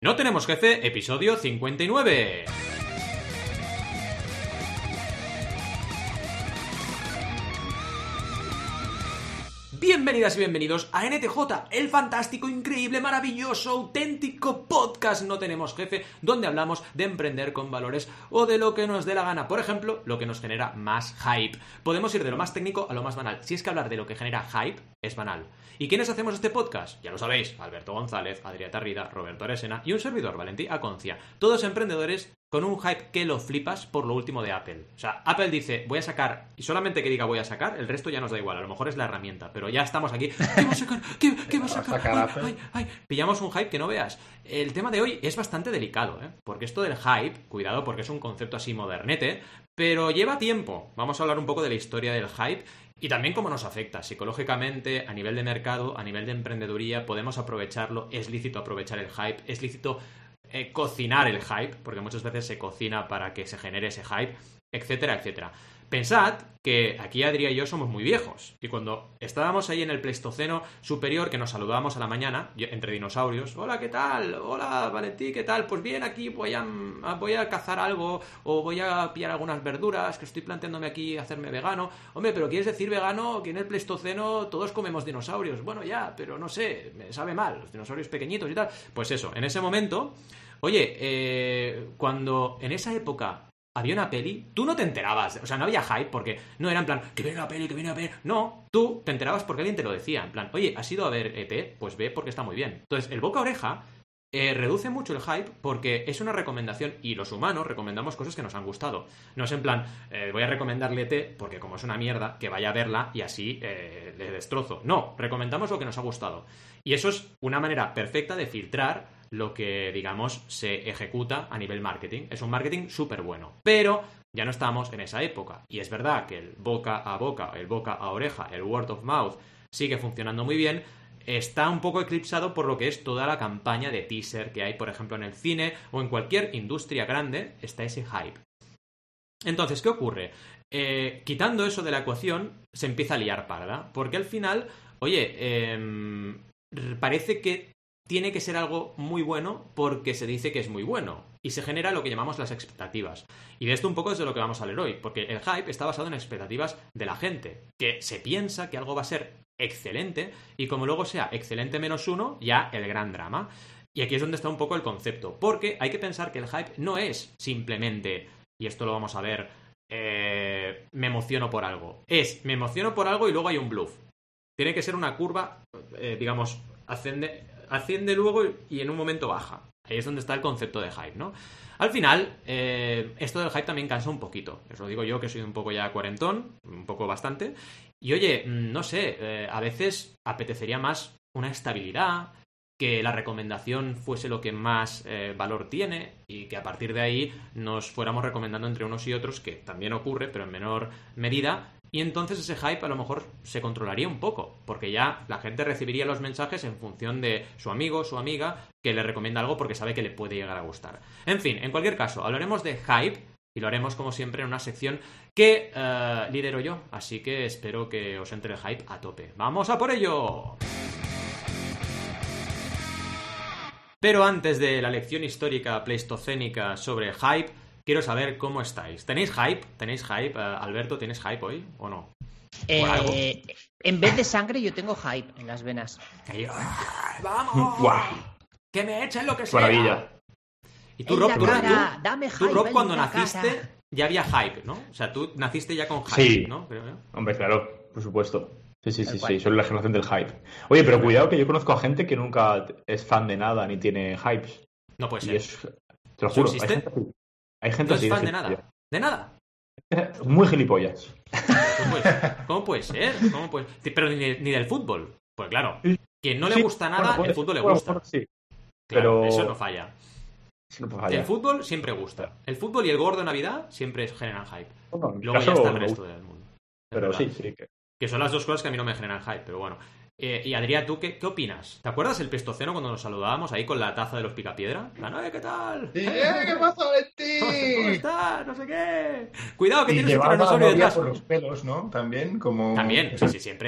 No tenemos jefe, episodio 59. Bienvenidas y bienvenidos a NTJ, el fantástico, increíble, maravilloso, auténtico podcast No Tenemos Jefe, donde hablamos de emprender con valores o de lo que nos dé la gana. Por ejemplo, lo que nos genera más hype. Podemos ir de lo más técnico a lo más banal. Si es que hablar de lo que genera hype es banal. ¿Y quiénes hacemos este podcast? Ya lo sabéis, Alberto González, Adrià Tarrida, Roberto Aresena y un servidor, Valentí Aconcia. Todos emprendedores con un hype que lo flipas por lo último de Apple. O sea, Apple dice, voy a sacar, y solamente que diga voy a sacar, el resto ya nos da igual, a lo mejor es la herramienta, pero ya estamos aquí. ¿Qué va a sacar? ¿Qué va a sacar? Ay. Pillamos un hype que no veas. El tema de hoy es bastante delicado, porque esto del hype, cuidado, porque es un concepto así modernete, pero lleva tiempo. Vamos a hablar un poco de la historia del hype y también cómo nos afecta psicológicamente, a nivel de mercado, a nivel de emprendeduría. Podemos aprovecharlo, es lícito aprovechar el hype, es lícito cocinar el hype, porque muchas veces se cocina para que se genere ese hype, etcétera, etcétera. Pensad que aquí Adrià y yo somos muy viejos, y cuando estábamos ahí en el Pleistoceno superior, que nos saludábamos a la mañana, entre dinosaurios, hola, ¿qué tal? Hola, Valentí, ¿qué tal? Pues bien, aquí voy a cazar algo, o voy a pillar algunas verduras, que estoy planteándome aquí hacerme vegano. Hombre, pero ¿quieres decir vegano? Que en el Pleistoceno todos comemos dinosaurios. Bueno, ya, pero no sé, me sabe mal, los dinosaurios pequeñitos y tal. Pues eso, en ese momento, oye, cuando en esa época había una peli, tú no te enterabas, o sea, no había hype porque no era en plan, que viene una peli, que viene una peli. No, tú te enterabas porque alguien te lo decía, en plan, oye, ¿has ido a ver ET? Pues ve porque está muy bien. Entonces, el boca a oreja reduce mucho el hype porque es una recomendación y los humanos recomendamos cosas que nos han gustado. No es en plan, voy a recomendarle ET porque como es una mierda, que vaya a verla y así le destrozo. No, recomendamos lo que nos ha gustado. Y eso es una manera perfecta de filtrar lo que, digamos, se ejecuta a nivel marketing. Es un marketing súper bueno. Pero ya no estamos en esa época. Y es verdad que el boca a boca, el boca a oreja, el word of mouth sigue funcionando muy bien. Está un poco eclipsado por lo que es toda la campaña de teaser que hay, por ejemplo, en el cine o en cualquier industria grande, está ese hype. Entonces, ¿qué ocurre? Quitando eso de la ecuación, se empieza a liar parda. Porque al final, oye, parece que tiene que ser algo muy bueno porque se dice que es muy bueno. Y se genera lo que llamamos las expectativas. Y de esto un poco es de lo que vamos a leer hoy. Porque el hype está basado en expectativas de la gente. Que se piensa que algo va a ser excelente. Y como luego sea excelente menos uno, ya el gran drama. Y aquí es donde está un poco el concepto. Porque hay que pensar que el hype no es simplemente, y esto lo vamos a ver, me emociono por algo. Es, me emociono por algo y luego hay un bluff. Tiene que ser una curva, digamos, asciende luego y en un momento baja. Ahí es donde está el concepto de hype, ¿no? Al final, esto del hype también cansa un poquito. Os lo digo yo, que soy un poco ya cuarentón, un poco bastante. Y oye, no sé, a veces apetecería más una estabilidad, que la recomendación fuese lo que más valor tiene y que a partir de ahí nos fuéramos recomendando entre unos y otros, que también ocurre, pero en menor medida. Y entonces ese hype a lo mejor se controlaría un poco, porque ya la gente recibiría los mensajes en función de su amigo, su amiga, que le recomienda algo porque sabe que le puede llegar a gustar. En fin, en cualquier caso, hablaremos de hype y lo haremos como siempre en una sección que lidero yo, así que espero que os entre el hype a tope. ¡Vamos a por ello! Pero antes de la lección histórica pleistocénica sobre hype, quiero saber cómo estáis. ¿Tenéis hype? ¿Tenéis hype? Alberto, ¿tienes hype hoy o no? En vez de sangre yo tengo hype en las venas. ¡Vamos! ¡Guau! ¡Que me echen lo que sea! Maravilla. Y tú, Rob, dame tú, hype, Rob, cuando en la naciste cara. ya había hype, ¿no? O sea, tú naciste ya con hype, Sí. ¿no? Creo, ¿no? Hombre, claro, por supuesto. Sí, Tal cual. soy la generación del hype. Oye, pero cuidado que yo conozco a gente que nunca es fan de nada ni tiene hypes. No puede Y ser. es, te lo ¿Eso juro, existe? hay gente No así es de fan de nada. gilipollas. ¿De nada? Muy gilipollas. ¿Cómo puede ser? ¿Cómo puede? Pero ni del fútbol. Pues claro, quien no le Sí, gusta nada, bueno, el fútbol le bueno, gusta. sí, Claro, pero eso no falla. eso no puede fallar. El fútbol siempre gusta. El fútbol y el gordo de Navidad siempre generan hype. Bueno, en mi Luego ya caso está el me resto gusta, del mundo. Es pero verdad. sí. Que son las dos cosas que a mí no me generan hype, pero bueno. Y Adrià, ¿tú qué opinas? ¿Te acuerdas el Pleistoceno cuando nos saludábamos ahí con la taza de los Picapiedra? ¿Qué tal? ¿Qué pasa, ¿Cómo Valentín? estás? No sé qué. Cuidado, que Y tienes un llevar a la tiranosaurio novia detrás. por los pelos, ¿no? También, como... También, sí, siempre.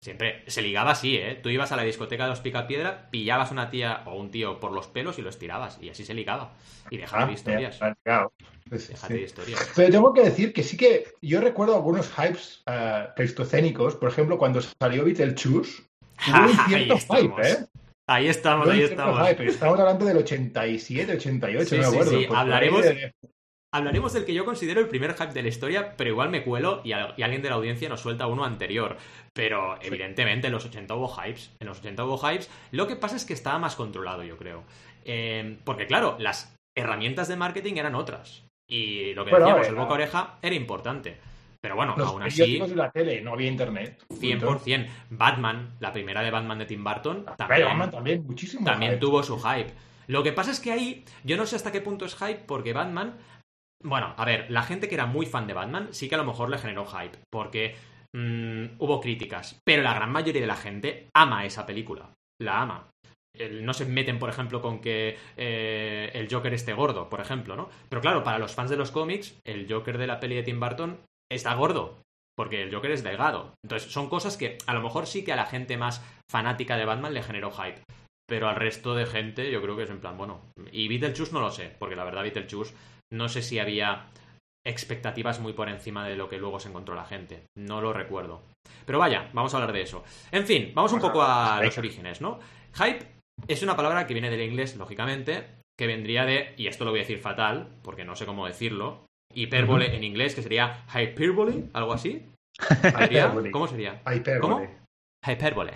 Siempre se ligaba así, ¿eh? Tú ibas a la discoteca de los Picapiedra, pillabas una tía o un tío por los pelos y lo estirabas. Y así se ligaba. Y déjate de historias. Claro. Déjate de historias. Pero tengo que decir que sí que yo recuerdo algunos hypes pleistocénicos. Por ejemplo, cuando salió Beetlejuice, hubo un cierto hype, ¿eh? Ahí estamos. Hype. Estamos hablando del 87, 88, Sí, no me acuerdo. Sí. Pues Hablaremos del que yo considero el primer hype de la historia, pero igual me cuelo y alguien de la audiencia nos suelta uno anterior. Pero evidentemente en los 80 hubo hypes. Lo que pasa es que estaba más controlado, yo creo. Porque claro, las herramientas de marketing eran otras. Y lo que decíamos, el boca a oreja era importante. Pero bueno, aún así... Los periódicos de la tele, no había internet. 100%. Batman, la primera de Batman de Tim Burton, también tuvo su hype. Lo que pasa es que ahí, yo no sé hasta qué punto es hype, porque Batman... Bueno, a ver, la gente que era muy fan de Batman sí que a lo mejor le generó hype, porque hubo críticas, pero la gran mayoría de la gente ama esa película, la ama. No se meten, por ejemplo, con que el Joker esté gordo, por ejemplo, ¿no? Pero claro, para los fans de los cómics, el Joker de la peli de Tim Burton está gordo, porque el Joker es delgado. Entonces, son cosas que a lo mejor sí que a la gente más fanática de Batman le generó hype. Pero al resto de gente yo creo que es en plan, bueno... Y Beetlejuice no lo sé, porque la verdad Beetlejuice no sé si había expectativas muy por encima de lo que luego se encontró la gente. No lo recuerdo. Pero vaya, vamos a hablar de eso. En fin, vamos un poco a los orígenes, ¿no? Hype es una palabra que viene del inglés, lógicamente, que vendría de, y esto lo voy a decir fatal, porque no sé cómo decirlo, hipérbole en inglés, que sería hyperbole, algo así. ¿Cómo sería? ¿Cómo? Hyperbole.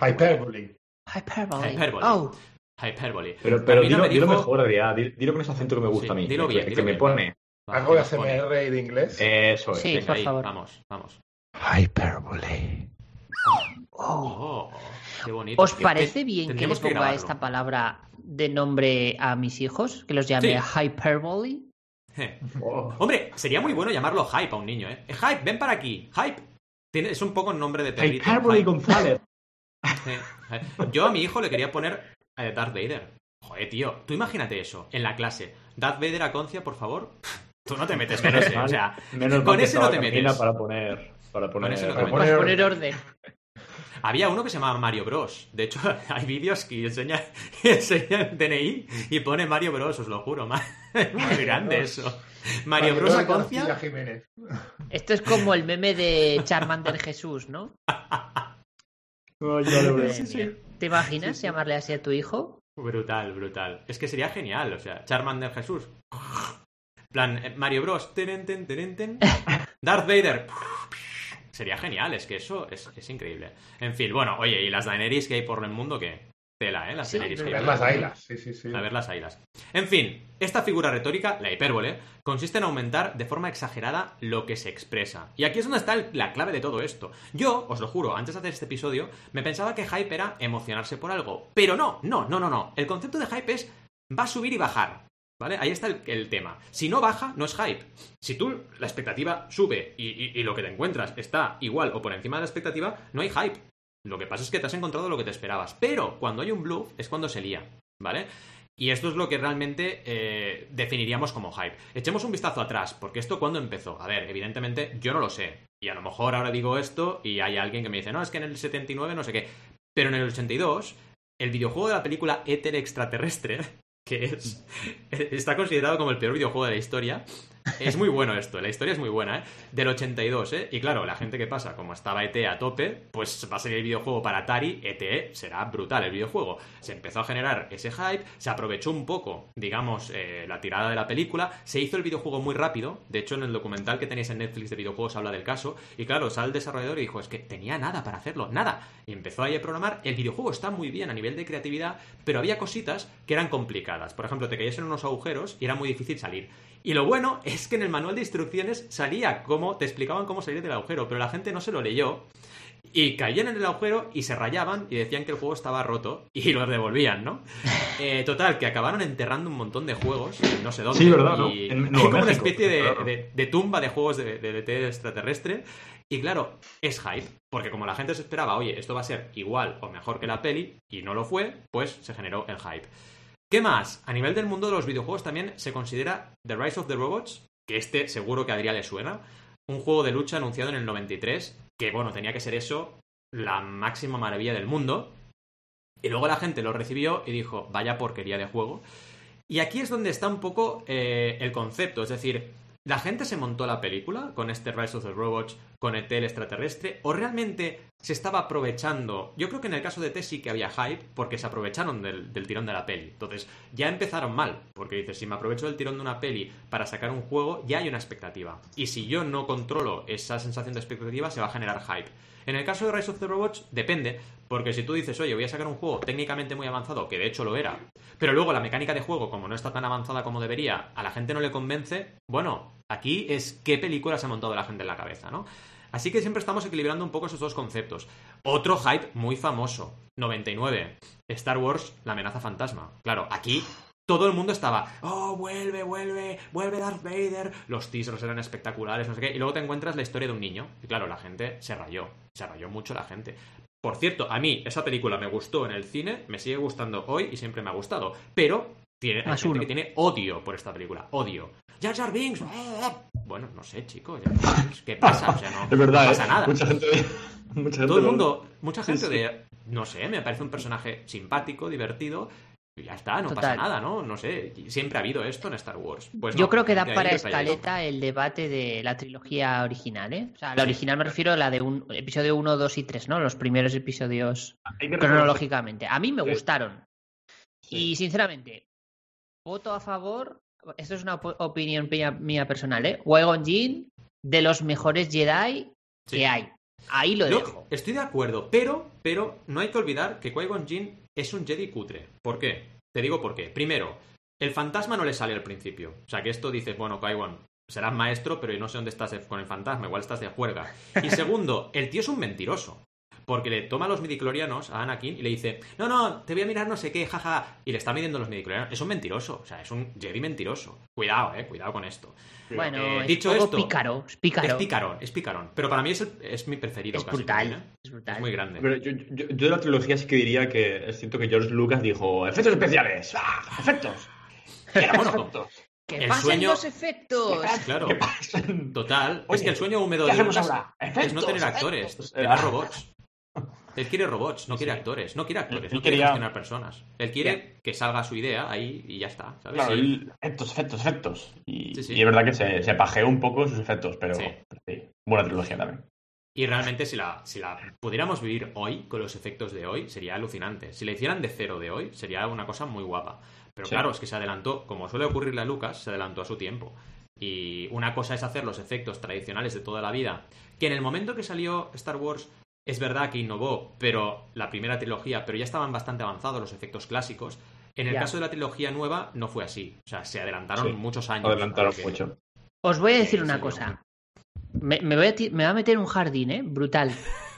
Oh. Hyperbole. Pero dilo mejor, Adrián. Dilo con ese acento que me gusta a mí. Dilo bien. Que me pone. ¿Algo de ASMR de inglés? Eso es. Sí, Venga, por ahí, favor. Vamos. Hyperbole. Oh, qué bonito. ¿Os parece bien que le tendríamos que ponga grabarlo. esta palabra de nombre a mis hijos? Que los llame Hyperbole. Hombre, sería muy bueno llamarlo Hype a un niño, ¿eh? Hype, ven para aquí. Hype. Es un poco el nombre de perrito. Hyperbole González. Yo a mi hijo le quería poner Darth Vader. Joder, tío, tú imagínate eso, en la clase. Darth Vader a Concia, por favor. Tú no te metes con ese, o sea, con ese no te metes. Para poner orden. Había uno que se llamaba Mario Bros. De hecho, hay vídeos que enseña el DNI y pone Mario Bros, os lo juro. Es muy grande eso. Mario Bros a Concia. Esto es como el meme de Charmander Jesús, ¿no? Sí. ¿Te imaginas llamarle así a tu hijo? Brutal. Es que sería genial, o sea, Charmander Jesús. Plan, Mario Bros. Ten. Darth Vader. Sería genial, es que eso es increíble. En fin, bueno, oye, y las Daenerys que hay por el mundo, ¿qué? Tela, ¿eh? Las Daenerys que hay. A ver las ailas, sí. A ver las ailas. En fin, esta figura retórica, la hipérbole, consiste en aumentar de forma exagerada lo que se expresa. Y aquí es donde está la clave de todo esto. Yo, os lo juro, antes de hacer este episodio, me pensaba que hype era emocionarse por algo. Pero no. El concepto de hype es va a subir y bajar. ¿Vale? Ahí está el tema. Si no baja, no es hype. Si tú, la expectativa sube y lo que te encuentras está igual o por encima de la expectativa, no hay hype. Lo que pasa es que te has encontrado lo que te esperabas. Pero cuando hay un bluff es cuando se lía, ¿vale? Y esto es lo que realmente definiríamos como hype. Echemos un vistazo atrás, porque esto ¿cuándo empezó? A ver, evidentemente yo no lo sé. Y a lo mejor ahora digo esto y hay alguien que me dice, no, es que en el 79 no sé qué. Pero en el 82, el videojuego de la película Éter Extraterrestre, que está considerado como el peor videojuego de la historia. Es muy bueno esto, la historia es muy buena, ¿eh? Del 82, ¿eh? Y claro, la gente que pasa, como estaba ET a tope, pues va a salir el videojuego para Atari, ET será brutal el videojuego. Se empezó a generar ese hype, se aprovechó un poco, digamos, la tirada de la película, se hizo el videojuego muy rápido, de hecho en el documental que tenéis en Netflix de videojuegos habla del caso, y claro, sale el desarrollador y dijo, es que tenía nada para hacerlo, nada. Y empezó ahí a programar, el videojuego está muy bien a nivel de creatividad, pero había cositas que eran complicadas. Por ejemplo, te caías en unos agujeros y era muy difícil salir. Y lo bueno es que en el manual de instrucciones salía cómo, te explicaban cómo salir del agujero, pero la gente no se lo leyó y caían en el agujero y se rayaban y decían que el juego estaba roto y los devolvían, ¿no? Total, que acabaron enterrando un montón de juegos, no sé dónde. Sí, ¿verdad? ¿no? Y En hay Nuevo como una México, especie claro. de tumba de juegos de ET extraterrestre. Y claro, es hype, porque como la gente se esperaba, oye, esto va a ser igual o mejor que la peli, y no lo fue, pues se generó el hype. ¿Qué más? A nivel del mundo de los videojuegos también se considera The Rise of the Robots, que este seguro que a Adrián le suena, un juego de lucha anunciado en el 93, que bueno, tenía que ser eso, la máxima maravilla del mundo. Y luego la gente lo recibió y dijo, vaya porquería de juego. Y aquí es donde está un poco el concepto. Es decir, ¿la gente se montó la película con este Rise of the Robots, con ET el extraterrestre? ¿O realmente se estaba aprovechando? Yo creo que en el caso de ET sí que había hype porque se aprovecharon del tirón de la peli. Entonces ya empezaron mal, porque dices, si me aprovecho del tirón de una peli para sacar un juego, ya hay una expectativa. Y si yo no controlo esa sensación de expectativa, se va a generar hype. En el caso de Rise of the Robots, depende, porque si tú dices, oye, voy a sacar un juego técnicamente muy avanzado, que de hecho lo era, pero luego la mecánica de juego, como no está tan avanzada como debería, a la gente no le convence, bueno, aquí es qué película se ha montado la gente en la cabeza, ¿no? Así que siempre estamos equilibrando un poco esos dos conceptos. Otro hype muy famoso, 99, Star Wars, la amenaza fantasma. Claro, aquí todo el mundo estaba, oh, vuelve Darth Vader, los teasers eran espectaculares, no sé qué, y luego te encuentras la historia de un niño, y claro, la gente se rayó mucho la gente. Por cierto, a mí esa película me gustó en el cine, me sigue gustando hoy y siempre me ha gustado, pero hay gente que tiene odio por esta película, odio. Jar Jar Binks, bueno, no sé, chicos, ¿qué pasa? O sea, no, es verdad, no pasa nada. Mucha gente todo el mundo, mucha gente de, no sé, me parece un personaje simpático, divertido. Y ya está, no pasa nada, ¿no? No sé, siempre ha habido esto en Star Wars. Pues yo creo que da para escaleta el debate de la trilogía original, ¿eh? O sea, la original me refiero a la de episodio 1, 2 y 3, ¿no? Los primeros episodios cronológicamente. A mí me gustaron. Sí. Y sinceramente, voto a favor, esto es una opinión mía personal, ¿eh? Qui-Gon Jinn, de los mejores Jedi que hay. Ahí lo dejo. Estoy de acuerdo, pero no hay que olvidar que Qui-Gon Jinn es un Jedi cutre. ¿Por qué? Te digo por qué. Primero, el fantasma no le sale al principio. O sea, que esto dices, bueno, Qui-Gon, serás maestro, pero no sé dónde estás con el fantasma, igual estás de juerga. Y segundo, el tío es un mentiroso. Porque le toma los midichlorianos a Anakin y le dice, no, te voy a mirar no sé qué, jaja. Y le está midiendo los midichlorianos. Es un mentiroso, o sea, es un Jedi mentiroso. Cuidado con esto. Bueno, dicho es esto, pícaro. Es picarón. Pero para mí es mi preferido. Es brutal, es brutal. Es muy grande. Pero yo de la trilogía sí que diría que es cierto que George Lucas dijo, efectos especiales, efectos. Efectos. ¡Que pasen los efectos! Claro, total. Oye, es que el sueño húmedo de Lucas es no tener actores, tener robots. Él quiere robots, no quiere actores. No quiere actores, no quiere gestionar personas. Él quiere que salga su idea ahí y ya está, ¿sabes? Claro, efectos. Y es verdad que se pajeó un poco sus efectos, pero sí, buena trilogía también. Y realmente si la pudiéramos vivir hoy, con los efectos de hoy, sería alucinante. Si la hicieran de cero de hoy, sería una cosa muy guapa. Pero claro, es que se adelantó, como suele ocurrirle a Lucas, se adelantó a su tiempo. Y una cosa es hacer los efectos tradicionales de toda la vida, que en el momento que salió Star Wars es verdad que innovó, pero la primera trilogía, pero ya estaban bastante avanzados los efectos clásicos. En el caso de la trilogía nueva no fue así. O sea, se adelantaron muchos años. Adelantaron mucho. Os voy a decir una cosa. Me va a meter un jardín, ¿eh? Brutal.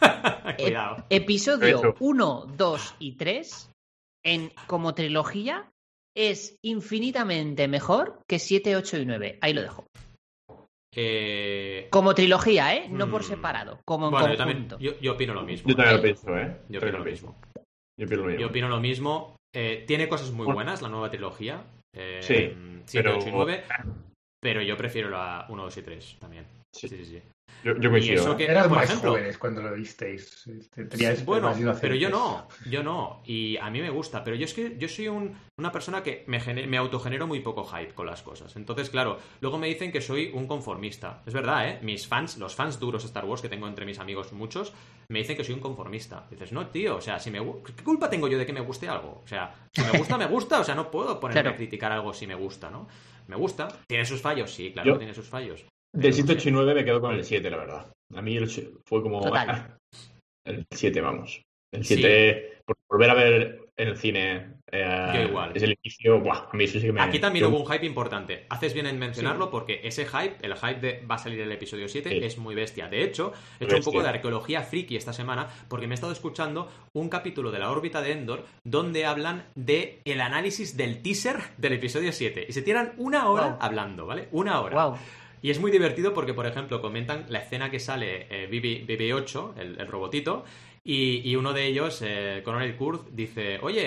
Cuidado. Episodio 1, 2 y 3, como trilogía, es infinitamente mejor que 7, 8 y 9. Ahí lo dejo. Como trilogía, ¿eh? No por separado, como en conjunto. Yo opino lo mismo. Yo también lo pienso, ¿eh? Yo opino lo mismo. Tiene cosas muy buenas la nueva trilogía. 7, 8 y 9. Pero yo prefiero la 1, 2 y 3 también. Sí. Yo coincido. Eras más jóvenes cuando lo visteis. Bueno, pero yo no. Y a mí me gusta. Pero yo soy una persona que me autogenero muy poco hype con las cosas. Entonces, claro, luego me dicen que soy un conformista. Es verdad, ¿eh? Los fans duros de Star Wars que tengo entre mis amigos muchos, me dicen que soy un conformista. Dices, no, tío, o sea, ¿qué culpa tengo yo de que me guste algo? O sea, si me gusta, me gusta. O sea, no puedo ponerme a criticar algo si me gusta, ¿no? Me gusta. ¿Tiene sus fallos? Sí, claro, tiene sus fallos. Del 7, 8 y 9 me quedo con el 7, la verdad. A mí fue como... El 7, vamos. El 7, por volver a ver en el cine yo igual. Es el inicio... Buah, a mí eso sí que me... Aquí también hubo un hype importante. Haces bien en mencionarlo porque ese hype, el hype de va a salir el episodio 7, es muy bestia. De hecho, he hecho un poco de arqueología friki esta semana porque me he estado escuchando un capítulo de La órbita de Endor donde hablan de el análisis del teaser del episodio 7. Y se tiran una hora hablando, ¿vale? Una hora. Wow. Y es muy divertido porque, por ejemplo, comentan la escena que sale BB-8, el robotito, y uno de ellos, Colonel Kurd, dice, oye,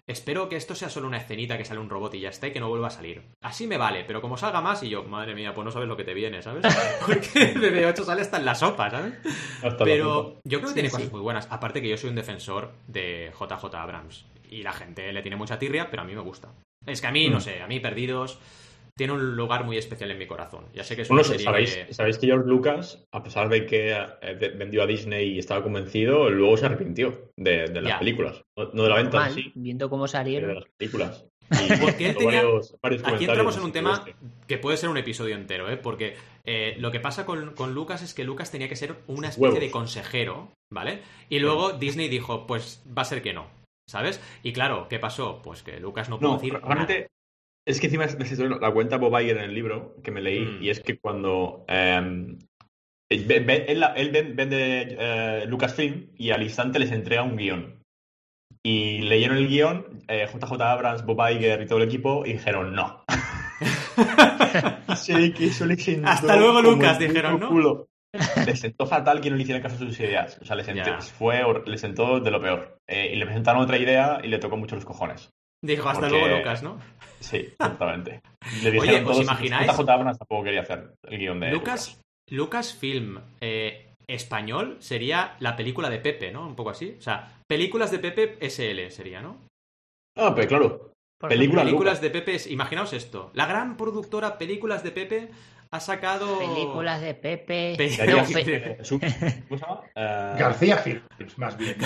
espero que esto sea solo una escenita que sale un robot y ya está y que no vuelva a salir. Así me vale, pero como salga más y yo, madre mía, pues no sabes lo que te viene, ¿sabes? Porque BB8 sale hasta en la sopa, ¿sabes? Pero yo creo que tiene cosas muy buenas. Aparte que yo soy un defensor de JJ Abrams y la gente le tiene mucha tirria, pero a mí me gusta. Es que a mí, no sé, a mí Perdidos tiene un lugar muy especial en mi corazón. Ya sé que es una serie ¿sabéis que George Lucas, a pesar de que vendió a Disney y estaba convencido, luego se arrepintió de las películas? No de la venta, sí. Viendo cómo salieron. De las películas. Porque él tenía... varios Aquí entramos en un tema que puede ser un episodio entero, ¿eh? Porque lo que pasa con Lucas es que Lucas tenía que ser una especie de consejero, ¿vale? Y luego Disney dijo, pues va a ser que no, ¿sabes? Y claro, ¿qué pasó? Pues que Lucas no pudo decir realmente nada. Es que encima la cuenta Bob Iger en el libro que me leí, y es que cuando él vende Lucasfilm y al instante les entrega un guión. Y leyeron el guión, JJ Abrams, Bob Iger y todo el equipo, y dijeron no. Hasta luego, Lucas, dijeron no. Culo. Le sentó fatal que no le hicieran caso a sus ideas. O sea, le sentó de lo peor. Y le presentaron otra idea y le tocó mucho los cojones. Dijo, hasta luego, Lucas, ¿no? Sí, exactamente. Le dijeron, oye, ¿os imagináis? JJ Abrams tampoco quería hacer el guión de Lucasfilm español sería la película de Pepe, ¿no? Un poco así. O sea, películas de Pepe SL sería, ¿no? Ah, pues claro. Películas de Pepe. Imaginaos esto. La gran productora Películas de Pepe ha sacado... Películas de Pepe... ¿Cómo se llama? García Films, más bien.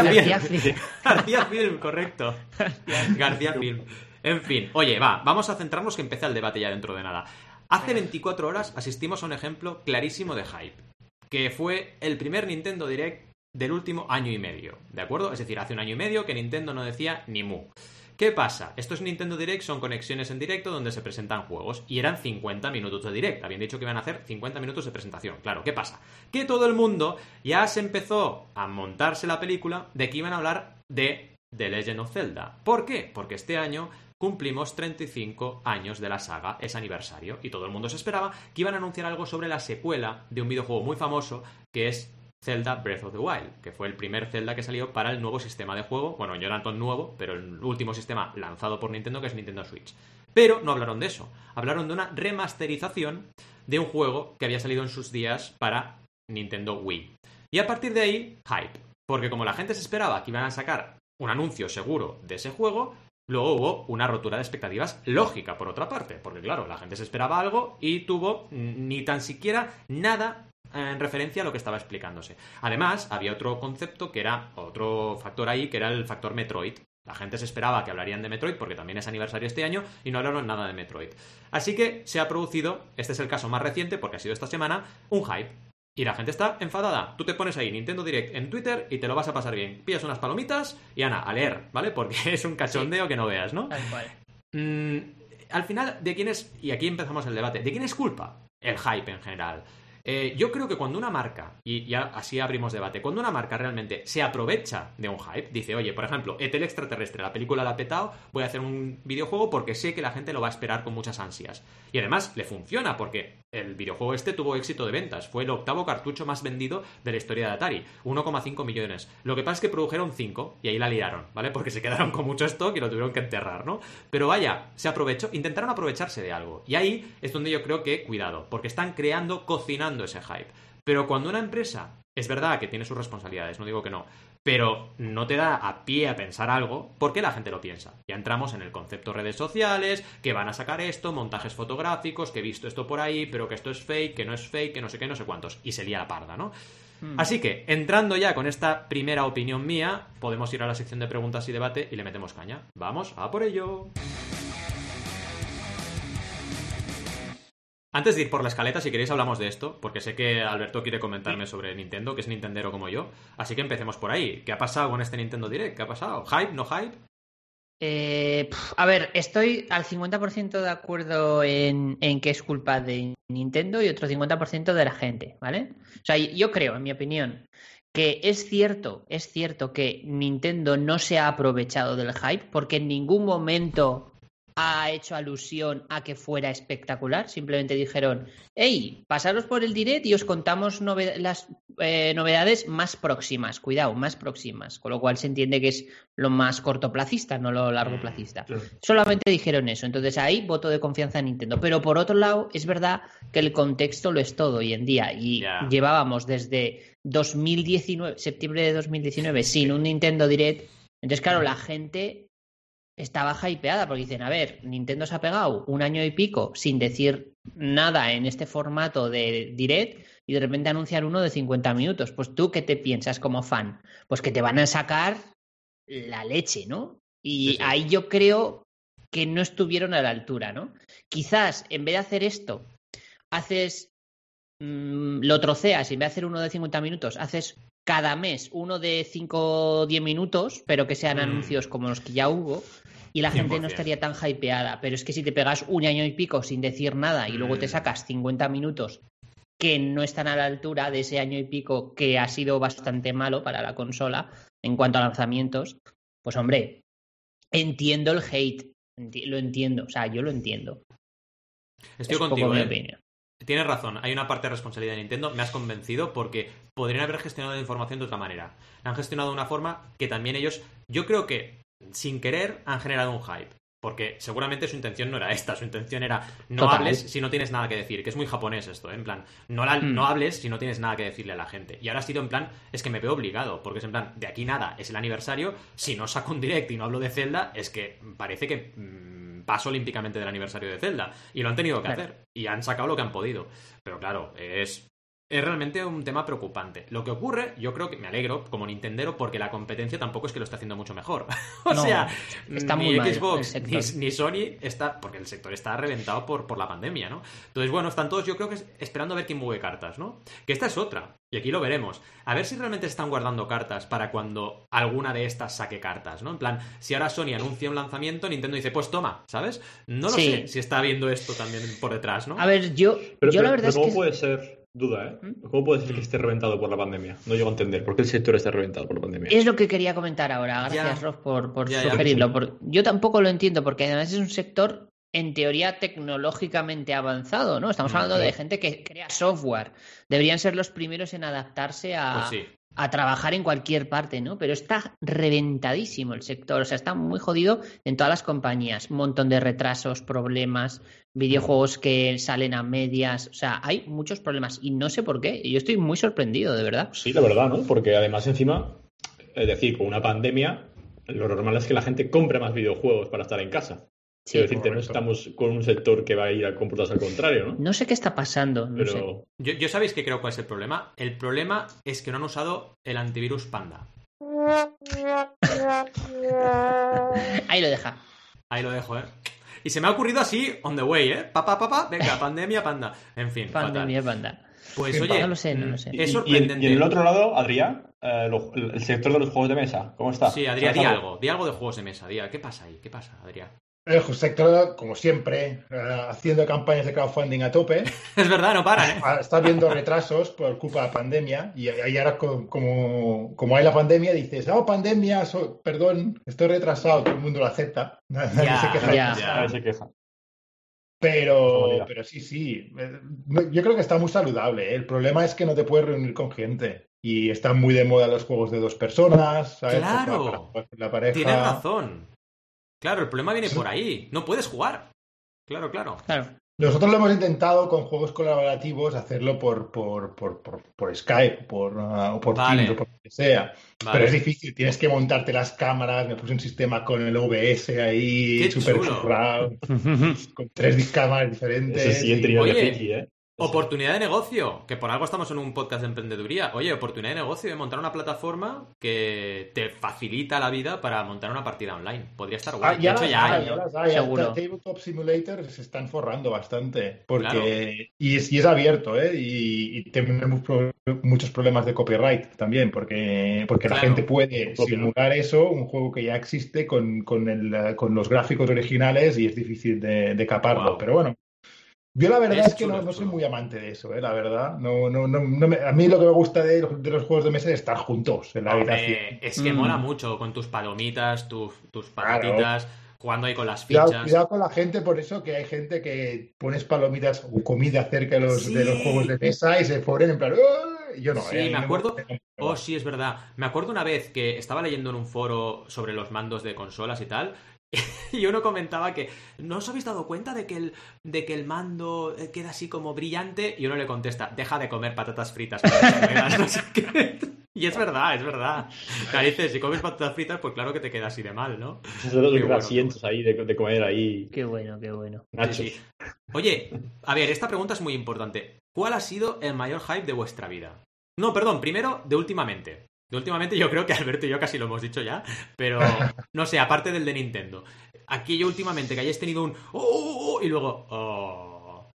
García Film, correcto. García Film. En fin. Oye, vamos a centrarnos que empieza el debate ya dentro de nada. Hace 24 horas asistimos a un ejemplo clarísimo de hype, que fue el primer Nintendo Direct del último año y medio, ¿de acuerdo? Es decir, hace un año y medio que Nintendo no decía ni mu. ¿Qué pasa? Estos Nintendo Direct son conexiones en directo donde se presentan juegos y eran 50 minutos de direct. Habían dicho que iban a hacer 50 minutos de presentación. Claro, ¿qué pasa? Que todo el mundo ya se empezó a montarse la película de que iban a hablar de The Legend of Zelda. ¿Por qué? Porque este año cumplimos 35 años de la saga, es aniversario, y todo el mundo se esperaba que iban a anunciar algo sobre la secuela de un videojuego muy famoso que es Zelda Breath of the Wild, que fue el primer Zelda que salió para el nuevo sistema de juego, bueno, yo no tanto nuevo, pero el último sistema lanzado por Nintendo, que es Nintendo Switch. Pero no hablaron de eso, hablaron de una remasterización de un juego que había salido en sus días para Nintendo Wii. Y a partir de ahí, hype, porque como la gente se esperaba que iban a sacar un anuncio seguro de ese juego, luego hubo una rotura de expectativas lógica, por otra parte, porque claro, la gente se esperaba algo y tuvo ni tan siquiera nada en referencia a lo que estaba explicándose. Además, había otro concepto que era otro factor ahí, que era el factor Metroid. La gente se esperaba que hablarían de Metroid porque también es aniversario este año y no hablaron nada de Metroid. Así que se ha producido, este es el caso más reciente porque ha sido esta semana, un hype. Y la gente está enfadada. Tú te pones ahí Nintendo Direct en Twitter y te lo vas a pasar bien. Pillas unas palomitas y Ana, a leer, ¿vale? Porque es un cachondeo que no veas, ¿no? Tal cual. Al final, ¿de quién es? Y aquí empezamos el debate. ¿De quién es culpa? El hype en general. Yo creo que cuando una marca, y ya así abrimos debate, cuando una marca realmente se aprovecha de un hype, dice, oye, por ejemplo, ET el extraterrestre, la película la ha petado, voy a hacer un videojuego porque sé que la gente lo va a esperar con muchas ansias. Y además le funciona porque el videojuego este tuvo éxito de ventas, fue el 8º cartucho más vendido de la historia de Atari, 1,5 millones. Lo que pasa es que produjeron 5 y ahí la liaron, ¿vale? Porque se quedaron con mucho stock y lo tuvieron que enterrar, ¿no? Pero vaya, se aprovechó, intentaron aprovecharse de algo. Y ahí es donde yo creo que, cuidado, porque están cocinando ese hype. Pero cuando una empresa, es verdad que tiene sus responsabilidades, no digo que no, pero no te da a pie a pensar algo, ¿por qué la gente lo piensa? Ya entramos en el concepto redes sociales, que van a sacar esto, montajes fotográficos, que he visto esto por ahí, pero que esto es fake, que no es fake, que no sé qué, no sé cuántos, y se lía la parda, ¿no? Así que, entrando ya con esta primera opinión mía, podemos ir a la sección de preguntas y debate y le metemos caña. ¡Vamos a por ello! Antes de ir por la escaleta, si queréis hablamos de esto, porque sé que Alberto quiere comentarme sobre Nintendo, que es nintendero como yo. Así que empecemos por ahí. ¿Qué ha pasado con este Nintendo Direct? ¿Qué ha pasado? ¿Hype? ¿No hype? A ver, estoy al 50% de acuerdo en que es culpa de Nintendo y otro 50% de la gente, ¿vale? O sea, yo creo, en mi opinión, que es cierto que Nintendo no se ha aprovechado del hype porque en ningún momento ha hecho alusión a que fuera espectacular. Simplemente dijeron, hey, pasaros por el direct y os contamos las novedades más próximas. Cuidado, más próximas. Con lo cual se entiende que es lo más cortoplacista, no lo largoplacista. Solamente dijeron eso. Entonces ahí voto de confianza en Nintendo. Pero por otro lado, es verdad que el contexto lo es todo hoy en día. Y llevábamos desde 2019, septiembre de 2019, sin un Nintendo Direct. Entonces, claro, la gente estaba hypeada porque dicen, a ver, Nintendo se ha pegado 1 año y pico sin decir nada en este formato de Direct y de repente anuncian uno de 50 minutos. Pues tú, ¿qué te piensas como fan? Pues que te van a sacar la leche, ¿no? Y ahí yo creo que no estuvieron a la altura, ¿no? Quizás, en vez de hacer esto, lo troceas y en vez de hacer uno de 50 minutos, haces cada mes uno de 5 o 10 minutos, pero que sean anuncios como los que ya hubo, y la gente no estaría tan hypeada. Pero es que si te pegas 1 año y pico sin decir nada y luego te sacas 50 minutos que no están a la altura de ese año y pico que ha sido bastante malo para la consola en cuanto a lanzamientos, pues hombre, entiendo el hate, lo entiendo, o sea, yo lo entiendo. Estoy contigo, mi opinión. Tienes razón, hay una parte de responsabilidad de Nintendo, me has convencido, porque podrían haber gestionado la información de otra manera. La han gestionado de una forma que también ellos, yo creo que sin querer, han generado un hype. Porque seguramente su intención no era esta, su intención era no hables si no tienes nada que decir, que es muy japonés esto, ¿eh? En plan, no hables si no tienes nada que decirle a la gente. Y ahora ha sido en plan, es que me veo obligado, porque es en plan, de aquí nada, es el aniversario, si no saco un direct y no hablo de Zelda, es que parece que paso olímpicamente del aniversario de Zelda. Y lo han tenido que hacer, y han sacado lo que han podido. Pero claro, es realmente un tema preocupante. Lo que ocurre, yo creo que me alegro como nintendero porque la competencia tampoco es que lo esté haciendo mucho mejor. Está ni muy mal Xbox ni Sony está, porque el sector está reventado por la pandemia, ¿no? Entonces, bueno, están todos, yo creo que esperando a ver quién mueve cartas, ¿no? Que esta es otra, y aquí lo veremos. A ver si realmente están guardando cartas para cuando alguna de estas saque cartas, ¿no? En plan, si ahora Sony anuncia un lanzamiento, Nintendo dice, pues toma, ¿sabes? No lo sé si está viendo esto también por detrás, ¿no? A ver, yo la verdad es que... ¿Cómo puede ser? Duda, ¿eh? ¿Cómo puede ser que esté reventado por la pandemia? No llego a entender. ¿Por qué el sector está reventado por la pandemia? Es lo que quería comentar ahora. Gracias, Rob, por sugerirlo. Yo tampoco lo entiendo, porque además es un sector, en teoría, tecnológicamente avanzado, ¿no? Estamos hablando de gente que crea software. Deberían ser los primeros en adaptarse a trabajar en cualquier parte, ¿no? Pero está reventadísimo el sector. O sea, está muy jodido en todas las compañías. Un montón de retrasos, problemas, videojuegos que salen a medias. O sea, hay muchos problemas y no sé por qué. Yo estoy muy sorprendido, de verdad. Sí, la verdad, ¿no? Porque además encima, es decir, con una pandemia, lo normal es que la gente compre más videojuegos para estar en casa. Quiero decirte, no estamos con un sector que va a ir a comportarse al contrario, ¿no? No sé qué está pasando. No sé. Yo sabéis que creo cuál es el problema. El problema es que no han usado el antivirus Panda. Ahí lo deja. Ahí lo dejo, ¿eh? Y se me ha ocurrido así, on the way, ¿eh? Venga, pandemia, Panda. En fin, pandemia, Panda. Pues oye, no lo sé. Es sorprendente. Y en el otro lado, Adrián, el sector de los juegos de mesa, ¿cómo está? Sí, Adrián, di algo de juegos de mesa. ¿Qué pasa ahí? ¿Qué pasa, Adrián? El sector, como siempre, haciendo campañas de crowdfunding a tope. Es verdad, no paran, ¿eh? Está viendo retrasos por culpa de la pandemia. Y ahora, como hay la pandemia, dices, pandemia, perdón, estoy retrasado. Todo el mundo lo acepta. Nadie se queja. Pero sí. Yo creo que está muy saludable, ¿eh? El problema es que no te puedes reunir con gente. Y están muy de moda los juegos de 2 personas, ¿sabes? Claro. La pareja. Tienes razón. Claro, el problema viene por ahí. No puedes jugar. Claro. Nosotros lo hemos intentado con juegos colaborativos hacerlo por Skype, o por Teams, o por lo que sea. Vale. Pero es difícil, tienes que montarte las cámaras, me puse un sistema con el OBS ahí, súper churrado, con 3 cámaras diferentes. Eso sí, Oye, oportunidad de negocio, que por algo estamos en un podcast de emprendeduría. Oye, oportunidad de negocio de montar una plataforma que te facilita la vida para montar una partida online. Podría estar guay. Ya las hay. Seguro. Tabletop Simulator se están forrando bastante. Porque y es abierto, ¿eh? Y tenemos muchos problemas de copyright también, porque la gente puede simular eso, un juego que ya existe con los gráficos originales y es difícil de caparlo. Wow. Pero bueno. Yo la verdad es que no soy muy amante de eso, la verdad. A mí lo que me gusta de los juegos de mesa es estar juntos en la habitación. Es que mola mucho con tus palomitas, tus patatitas, jugando ahí con las fichas. Cuidado con la gente, por eso que hay gente que pones palomitas o comida cerca de los juegos de mesa y se ponen en plan... Yo no, sí, me acuerdo. Sí, es verdad. Me acuerdo una vez que estaba leyendo en un foro sobre los mandos de consolas y tal. Y uno comentaba que ¿no os habéis dado cuenta de que el mando queda así como brillante? Y uno le contesta, deja de comer patatas fritas. No sé qué. Y es verdad. Dices, si comes patatas fritas, pues claro que te queda así de mal, ¿no? Esos asientos ahí de comer ahí. Qué bueno. Sí. Oye, a ver, esta pregunta es muy importante. ¿Cuál ha sido el mayor hype de vuestra vida? No, perdón, primero de últimamente. De últimamente yo creo que Alberto y yo casi lo hemos dicho ya, pero no sé, aparte del de Nintendo. Aquí yo últimamente que hayáis tenido un y luego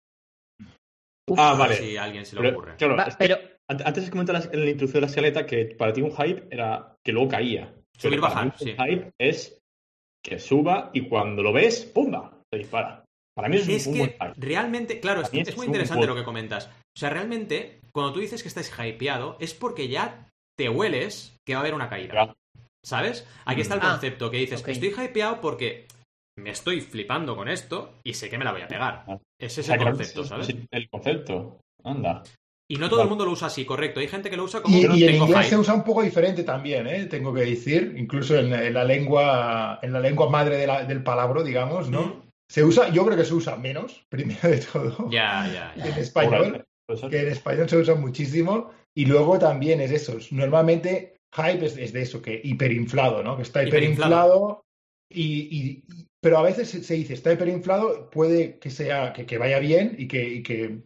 vale. Si a alguien se le ocurre. Claro, pero antes de comentar en la introducción de la escaleta que para ti un hype era que luego caía. Subir, bajar, sí. Un hype es que suba y cuando lo ves, ¡pumba! Se dispara. Para mí es un buen hype. Realmente, claro, es muy interesante lo que comentas. O sea, realmente, cuando tú dices que estás hypeado, es porque ya te hueles que va a haber una caída. Claro. ¿Sabes? Aquí está el concepto que dices, estoy hypeado porque me estoy flipando con esto y sé que me la voy a pegar. Ese es el concepto, ¿sabes? El concepto. Anda. Y no todo el mundo lo usa así, correcto. Hay gente que lo usa como y que no en tengo inglés hype. se usa un poco diferente también, tengo que decir. Incluso en la lengua madre del palabra, digamos, ¿no? Se usa, yo creo que se usa menos, primero de todo. Ya. En español. Que en español se usa muchísimo. Y luego también es eso. Normalmente hype es de eso, que hiperinflado, ¿no? Que está hiperinflado. Pero a veces se dice, está hiperinflado, puede que sea que vaya bien y que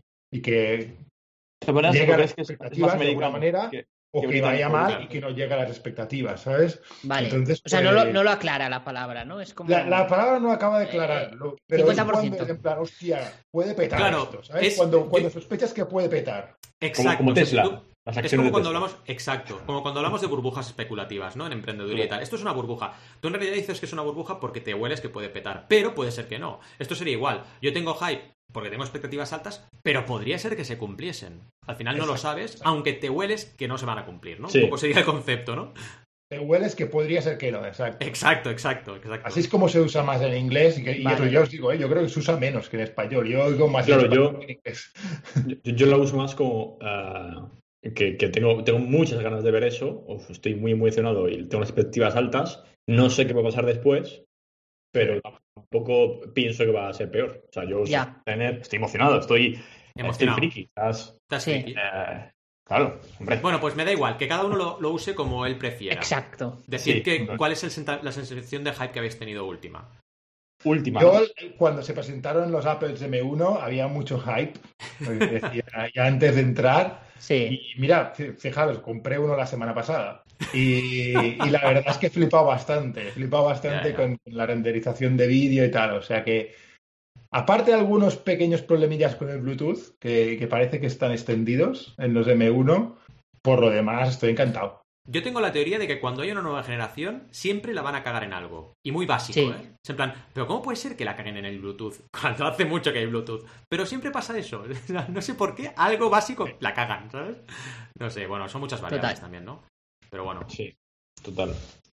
llegue a las expectativas de alguna manera, o que vaya mal y que no llegue a las expectativas, ¿sabes? Vale. Entonces, o sea, no lo aclara la palabra, ¿no? Es como... La palabra no acaba de aclararlo, pero 50%. Es cuando es en plan, hostia, puede petar esto, ¿sabes? Es, cuando sospechas que puede petar. Exacto. Como Tesla. Es como cuando hablamos, como cuando hablamos de burbujas especulativas, ¿no? En emprendeduría y tal. Esto es una burbuja. Tú en realidad dices que es una burbuja porque te hueles que puede petar, pero puede ser que no. Esto sería igual. Yo tengo hype porque tengo expectativas altas, pero podría ser que se cumpliesen. Al final no lo sabes, aunque te hueles que no se van a cumplir, ¿no? Sí. Un poco sería el concepto, ¿no? Te hueles que podría ser que no, exacto. Exacto. Así es como se usa más en inglés y eso yo os digo, yo creo que se usa menos que en español. Yo oigo más en español que en inglés. Yo lo uso más como... que tengo muchas ganas de ver eso, estoy muy emocionado y tengo las expectativas altas, no sé qué va a pasar después, pero tampoco pienso que va a ser peor. O sea, yo estoy emocionado, estoy friki. ¿Estás friki? Claro, hombre. Bueno, pues me da igual, que cada uno lo use como él prefiera. Exacto. Decir cuál es la sensación de hype que habéis tenido última. Yo, cuando se presentaron los Apples M1, había mucho hype. Decía, ya antes de entrar. Sí. Y mira, fijaros, compré uno la semana pasada. Y la verdad es que he flipado bastante. Con la renderización de vídeo y tal. O sea que, aparte de algunos pequeños problemillas con el Bluetooth, que parece que están extendidos en los M1, por lo demás estoy encantado. Yo tengo la teoría de que cuando hay una nueva generación siempre la van a cagar en algo. Y muy básico, ¿eh? Es en plan, ¿pero cómo puede ser que la caguen en el Bluetooth? Cuando hace mucho que hay Bluetooth. Pero siempre pasa eso. No sé por qué, algo básico la cagan, ¿sabes? No sé, bueno, son muchas variables también, ¿no? Pero bueno. Sí, total.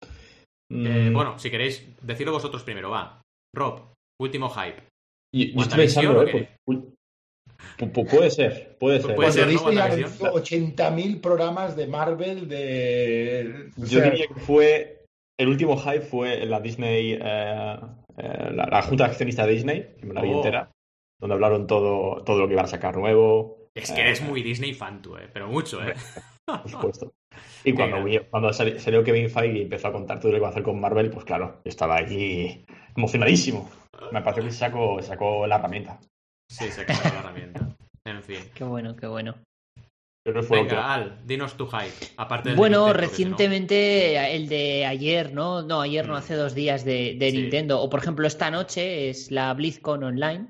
Bueno, si queréis, decidlo vosotros primero, va. Rob, último hype. Yo estoy pensando, puede ser. Puede ser, ¿no? Ya 80.000 programas de Marvel Yo diría que el último hype fue la Disney, la Junta de Accionistas de Disney, que me la vi entera, donde hablaron todo lo que iban a sacar nuevo. Es que eres muy Disney fan tú, pero mucho, Por supuesto. Y cuando salió Kevin Feige y empezó a contar todo lo que iba a hacer con Marvel, pues claro, yo estaba aquí emocionadísimo. Me pareció que sacó la herramienta. Sí, se acabó la herramienta. En fin. Qué bueno. Venga, Al, dinos tu hype. Aparte del Nintendo, recientemente el de ayer, ¿no? No, ayer no, hace 2 días de Nintendo. O por ejemplo, esta noche es la BlizzCon Online.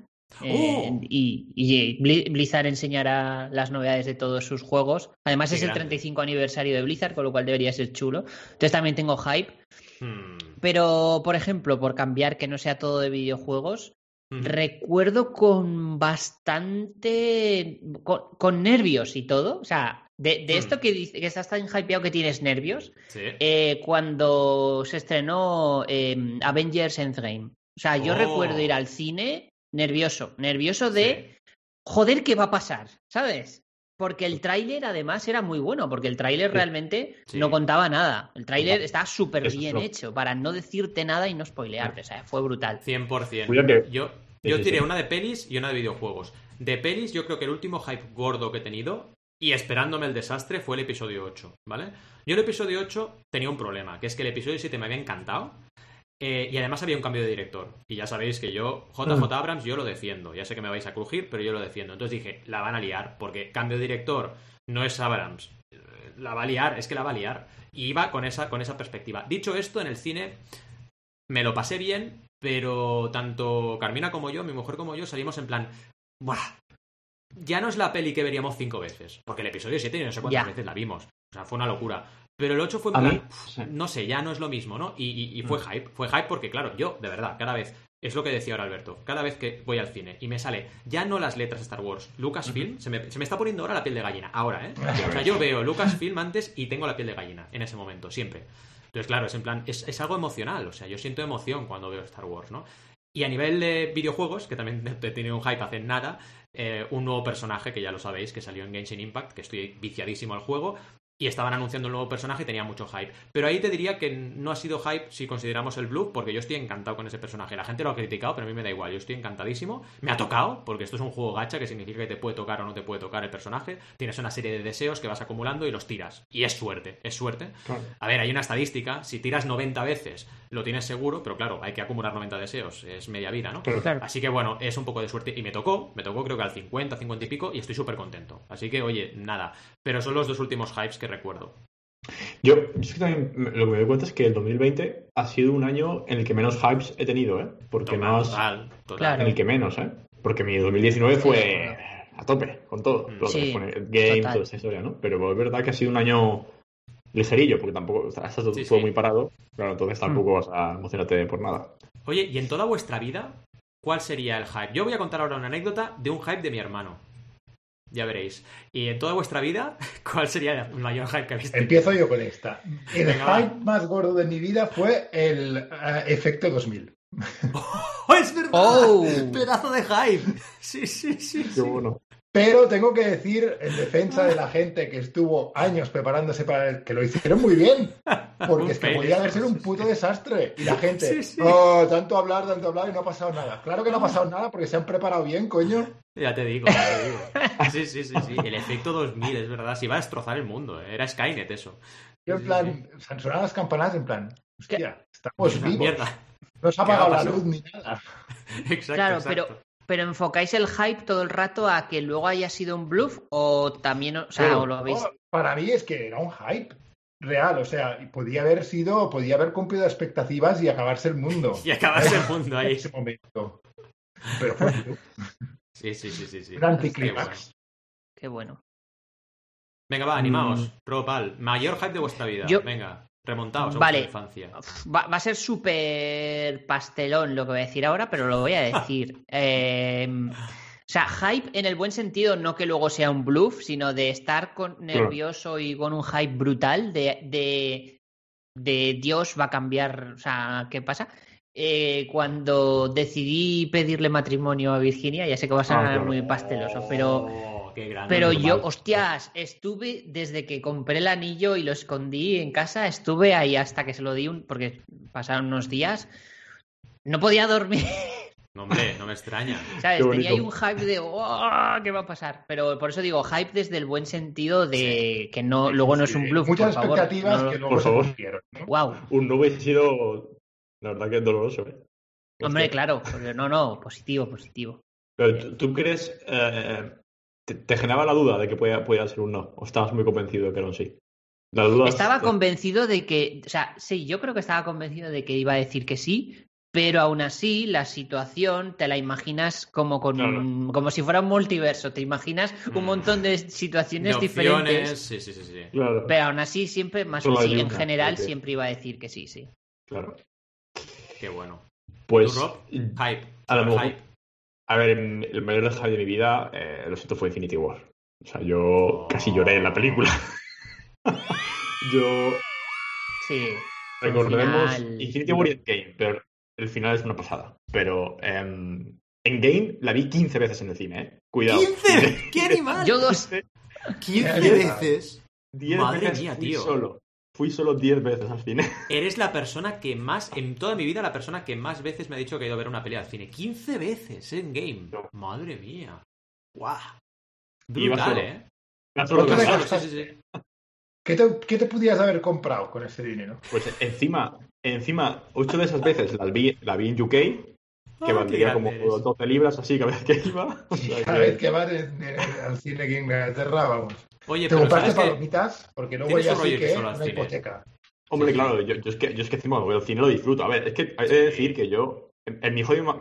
Y Blizzard enseñará las novedades de todos sus juegos. Además es el 35 aniversario de Blizzard, con lo cual debería ser chulo. Entonces también tengo hype. Pero, por ejemplo, por cambiar que no sea todo de videojuegos, recuerdo con bastante... Con nervios y todo. O sea, de esto que dice que estás tan hypeado que tienes nervios. Cuando se estrenó Avengers Endgame. O sea, yo recuerdo ir al cine nervioso de, joder, ¿qué va a pasar? ¿Sabes? Porque el tráiler además era muy bueno, porque el tráiler realmente no contaba nada. El tráiler estaba súper bien hecho para no decirte nada y no spoilearte. O sea, fue brutal. 100%. Yo tiré una de pelis y una de videojuegos. De pelis yo creo que el último hype gordo que he tenido, y esperándome el desastre, fue el episodio 8, ¿vale? Yo el episodio 8 tenía un problema, que es que el episodio 7 me había encantado. Y además había un cambio de director. Y ya sabéis que yo, JJ Abrams, yo lo defiendo. Ya sé que me vais a crujir, pero yo lo defiendo. Entonces dije, la van a liar, porque cambio de director no es Abrams. La va a liar, es que la va a liar. Y iba con esa perspectiva. Dicho esto, en el cine me lo pasé bien, pero tanto Carmina como yo, mi mujer como yo, salimos en plan, ¡buah! Ya no es la peli que veríamos 5 veces. Porque el episodio 7 no sé cuántas veces la vimos. O sea, fue una locura. Pero el 8 fue en plan, no sé, ya no es lo mismo, ¿no? Y fue hype. Fue hype porque, claro, yo, de verdad, cada vez, es lo que decía ahora Alberto, cada vez que voy al cine y me sale ya no las letras Star Wars, Lucasfilm, se me está poniendo ahora la piel de gallina. Ahora, ¿eh? O sea, yo veo Lucasfilm antes y tengo la piel de gallina en ese momento, siempre. Entonces, claro, es en plan, es algo emocional. O sea, yo siento emoción cuando veo Star Wars, ¿no? Y a nivel de videojuegos, que también he tenido un hype hace nada, un nuevo personaje, que ya lo sabéis, que salió en Genshin Impact, que estoy viciadísimo al juego, y estaban anunciando un nuevo personaje y tenía mucho hype. Pero ahí te diría que no ha sido hype si consideramos el bluff, porque yo estoy encantado con ese personaje. La gente lo ha criticado, pero a mí me da igual, yo estoy encantadísimo. Me ha tocado, porque esto es un juego gacha, que significa que te puede tocar o no te puede tocar el personaje. Tienes una serie de deseos que vas acumulando y los tiras. Y es suerte, es suerte. Claro. A ver, hay una estadística, si tiras 90 veces lo tienes seguro, pero claro, hay que acumular 90 deseos, es media vida, ¿no? Claro. Así que bueno, es un poco de suerte. Y me tocó creo que al 50, 50 y pico, y estoy súper contento. Así que, oye, nada. Pero son los 2 últimos hypes que recuerdo. Yo es que también lo que me doy cuenta es que el 2020 ha sido un año en el que menos hypes he tenido, ¿eh? Porque total. En el que menos, ¿eh? Porque mi 2019 fue a tope, con todo. Lo que pone el game, toda esa historia, ¿no? Pero es verdad que ha sido un año ligerillo, porque tampoco está todo muy parado. Claro, entonces tampoco vas a emocionarte por nada. Oye, ¿y en toda vuestra vida cuál sería el hype? Yo voy a contar ahora una anécdota de un hype de mi hermano. Ya veréis. Y en toda vuestra vida, ¿cuál sería el mayor hype que habéis tenido? Empiezo yo con esta. El hype más gordo de mi vida fue el efecto 2000. ¡Oh, es verdad! ¡Pedazo de hype! Sí. Qué bueno. Pero tengo que decir, en defensa de la gente que estuvo años preparándose para el, que lo hicieron muy bien, porque es que podía haber sido un puto desastre. Y la gente, tanto hablar y no ha pasado nada. Claro que no ha pasado nada porque se han preparado bien, coño. Ya te digo. Sí. El efecto 2000, es verdad. Se iba a destrozar el mundo. Era Skynet eso. Yo en plan, se han sonado las campanas en plan, hostia, estamos vivos. Mierda. No se ha apagado la luz ni nada. Exacto. Pero enfocáis el hype todo el rato a que luego haya sido un bluff o también, o sea, o lo veis. Para mí es que era un hype real, o sea, podía haber cumplido expectativas y acabarse el mundo. Y acabarse el mundo ahí. En ese momento. Pero fue un bluff. Sí. Un anticlímax. Qué bueno. Venga, va, animaos. Propal. Mayor hype de vuestra vida. Venga. Remontaos a vuestra infancia. Va a ser súper pastelón lo que voy a decir ahora, pero lo voy a decir. O sea, hype en el buen sentido, no que luego sea un bluff, sino de estar nervioso y con un hype brutal de Dios va a cambiar, o sea, ¿qué pasa? Cuando decidí pedirle matrimonio a Virginia, ya sé que va a sonar muy pasteloso, pero yo, hostias, estuve desde que compré el anillo y lo escondí en casa, estuve ahí hasta que se lo di, porque pasaron unos días, no podía dormir. No, hombre, no me extraña. ¿Sabes? Tenía ahí un hype de ¿qué va a paar? Pero por eso digo, hype desde el buen sentido de que no, luego no es un bluff. Muchas por expectativas favor. que luego se cumplieron, ¿no? Wow. Un no hubiese sido, la verdad que es doloroso, ¿eh? Hombre, claro, pero no, positivo. Pero ¿tú crees, te generaba la duda de que podía ser un no? ¿O estabas muy convencido de que era un sí? Estaba convencido de que, o sea, sí, yo creo que estaba convencido de que iba a decir que sí, pero aún así la situación te la imaginas como como si fuera un multiverso, te imaginas un montón de situaciones diferentes. Sí. Claro. Pero aún así siempre, más o sí, en general siempre iba a decir que sí. Claro. Qué bueno. Pues ¿Tú, Rob? Hype. A lo mejor. A ver, el mayor hype de mi vida, lo siento, fue Infinity War. O sea, yo casi lloré en la película. Sí. Recordemos Infinity War y Endgame, pero el final es una pasada. Pero Endgame la vi 15 veces en el cine, ¿eh? Cuidado. ¡15! ¡Qué animal! Yo 2. 15 veces. 10 Madre veces mía, tío. Fui solo 10 veces al cine. Eres la persona que más, en toda mi vida, la persona que más veces me ha dicho que he ido a ver una pelea al cine. 15 veces en game. No. Madre mía. ¡Guau! Y vas Brutal, solo. ¿eh? ¿Cuánto le Claro, gastaste? sí. ¿Qué te podías haber comprado con ese dinero? Pues encima 8 de esas veces la vi en UK, que valdría como 12 libras así cada vez que iba. O sea, Cada vez que vas al cine aquí en Inglaterra, vamos. Oye, ¿Te pero compraste ¿sabes qué? palomitas? Porque luego Tienes ya un rollo sí ir que es solo al una cine. hipoteca. Hombre, Sí. claro, yo es que encima cuando veo el cine lo disfruto. A ver, es que he de decir que yo, mi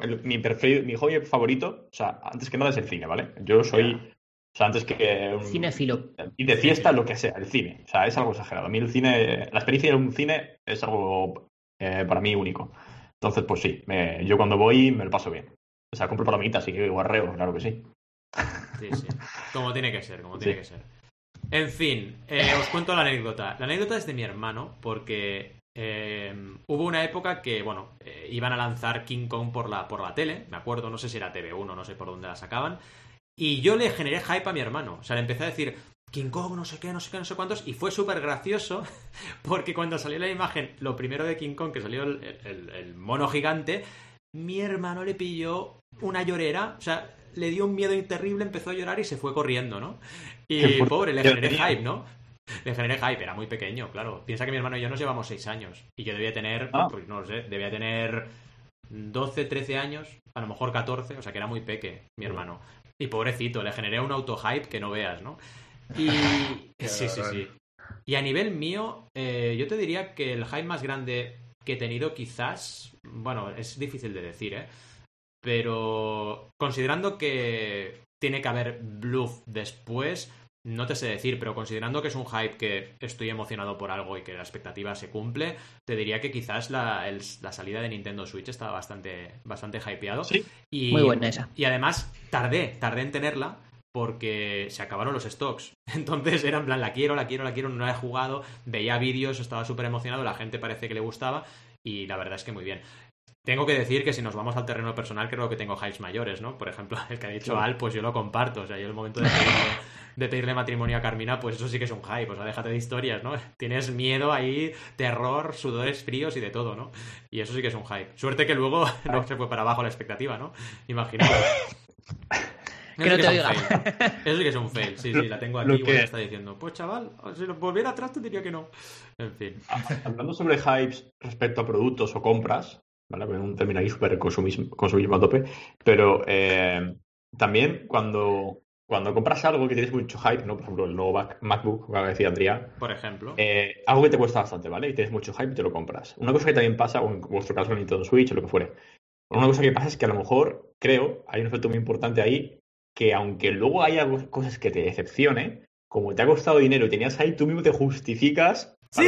hobby favorito, o sea, antes que nada es el cine, ¿vale? Yo soy, o sea, antes que Cinéfilo. ir de fiesta, lo que sea, el cine. O sea, es algo exagerado. A mí el cine, la experiencia de un cine es algo para mí único. Entonces, pues sí, yo cuando voy me lo paso bien. O sea, compro palomitas y guarreo, claro que sí. Sí. Como tiene que ser, tiene que ser. En fin, os cuento la anécdota. La anécdota es de mi hermano, porque hubo una época que, bueno, iban a lanzar King Kong por la tele, me acuerdo, no sé si era TV1, no sé por dónde la sacaban, y yo le generé hype a mi hermano. O sea, le empecé a decir, King Kong, no sé qué, no sé cuántos, y fue súper gracioso, porque cuando salió la imagen, lo primero de King Kong, que salió el mono gigante, mi hermano le pilló una llorera, o sea, le dio un miedo terrible, empezó a llorar y se fue corriendo, ¿no? Y pobre, le generé hype, ¿no? Le generé hype, era muy pequeño, claro. Piensa que mi hermano y yo nos llevamos 6 años. Y yo debía tener, pues no lo sé, debía tener 12, 13 años, a lo mejor 14, o sea que era muy peque mi hermano. Y pobrecito, le generé un auto-hype que no veas, ¿no? Y sí. Y a nivel mío, yo te diría que el hype más grande que he tenido quizás, bueno, es difícil de decir, pero considerando que tiene que haber bluff después, no te sé decir, pero considerando que es un hype que estoy emocionado por algo y que la expectativa se cumple, te diría que quizás la salida de Nintendo Switch estaba bastante hypeado. Sí. Muy buena esa. Y además tardé en tenerla porque se acabaron los stocks. Entonces era en plan, la quiero, no la he jugado, veía vídeos, estaba súper emocionado, la gente parece que le gustaba y la verdad es que muy bien. Tengo que decir que si nos vamos al terreno personal, creo que tengo hypes mayores, ¿no? Por ejemplo, el que ha dicho Al, pues yo lo comparto. O sea, yo el momento de pedirle matrimonio a Carmina, pues eso sí que es un hype. O sea, déjate de historias, ¿no? Tienes miedo ahí, terror, sudores fríos y de todo, ¿no? Y eso sí que es un hype. Suerte que luego no se fue para abajo la expectativa, ¿no? Imaginaos. Que no te oiga. Eso sí que es un fail. Sí, la tengo aquí. Igual está diciendo, pues chaval, si lo volviera atrás te diría que no. En fin. Hablando sobre hypes respecto a productos o compras, ¿vale? Un término ahí súper consumismo a tope, pero también cuando compras algo que tienes mucho hype, ¿no? Por ejemplo, el nuevo MacBook, como decía Adrián, por ejemplo, algo que te cuesta bastante, ¿vale? Y tienes mucho hype y te lo compras. Una cosa que también pasa, o en vuestro caso el Nintendo Switch o lo que fuere, una cosa que pasa es que a lo mejor, creo, hay un efecto muy importante ahí, que aunque luego haya cosas que te decepcione, como te ha costado dinero y tenías ahí, tú mismo te justificas. Sí.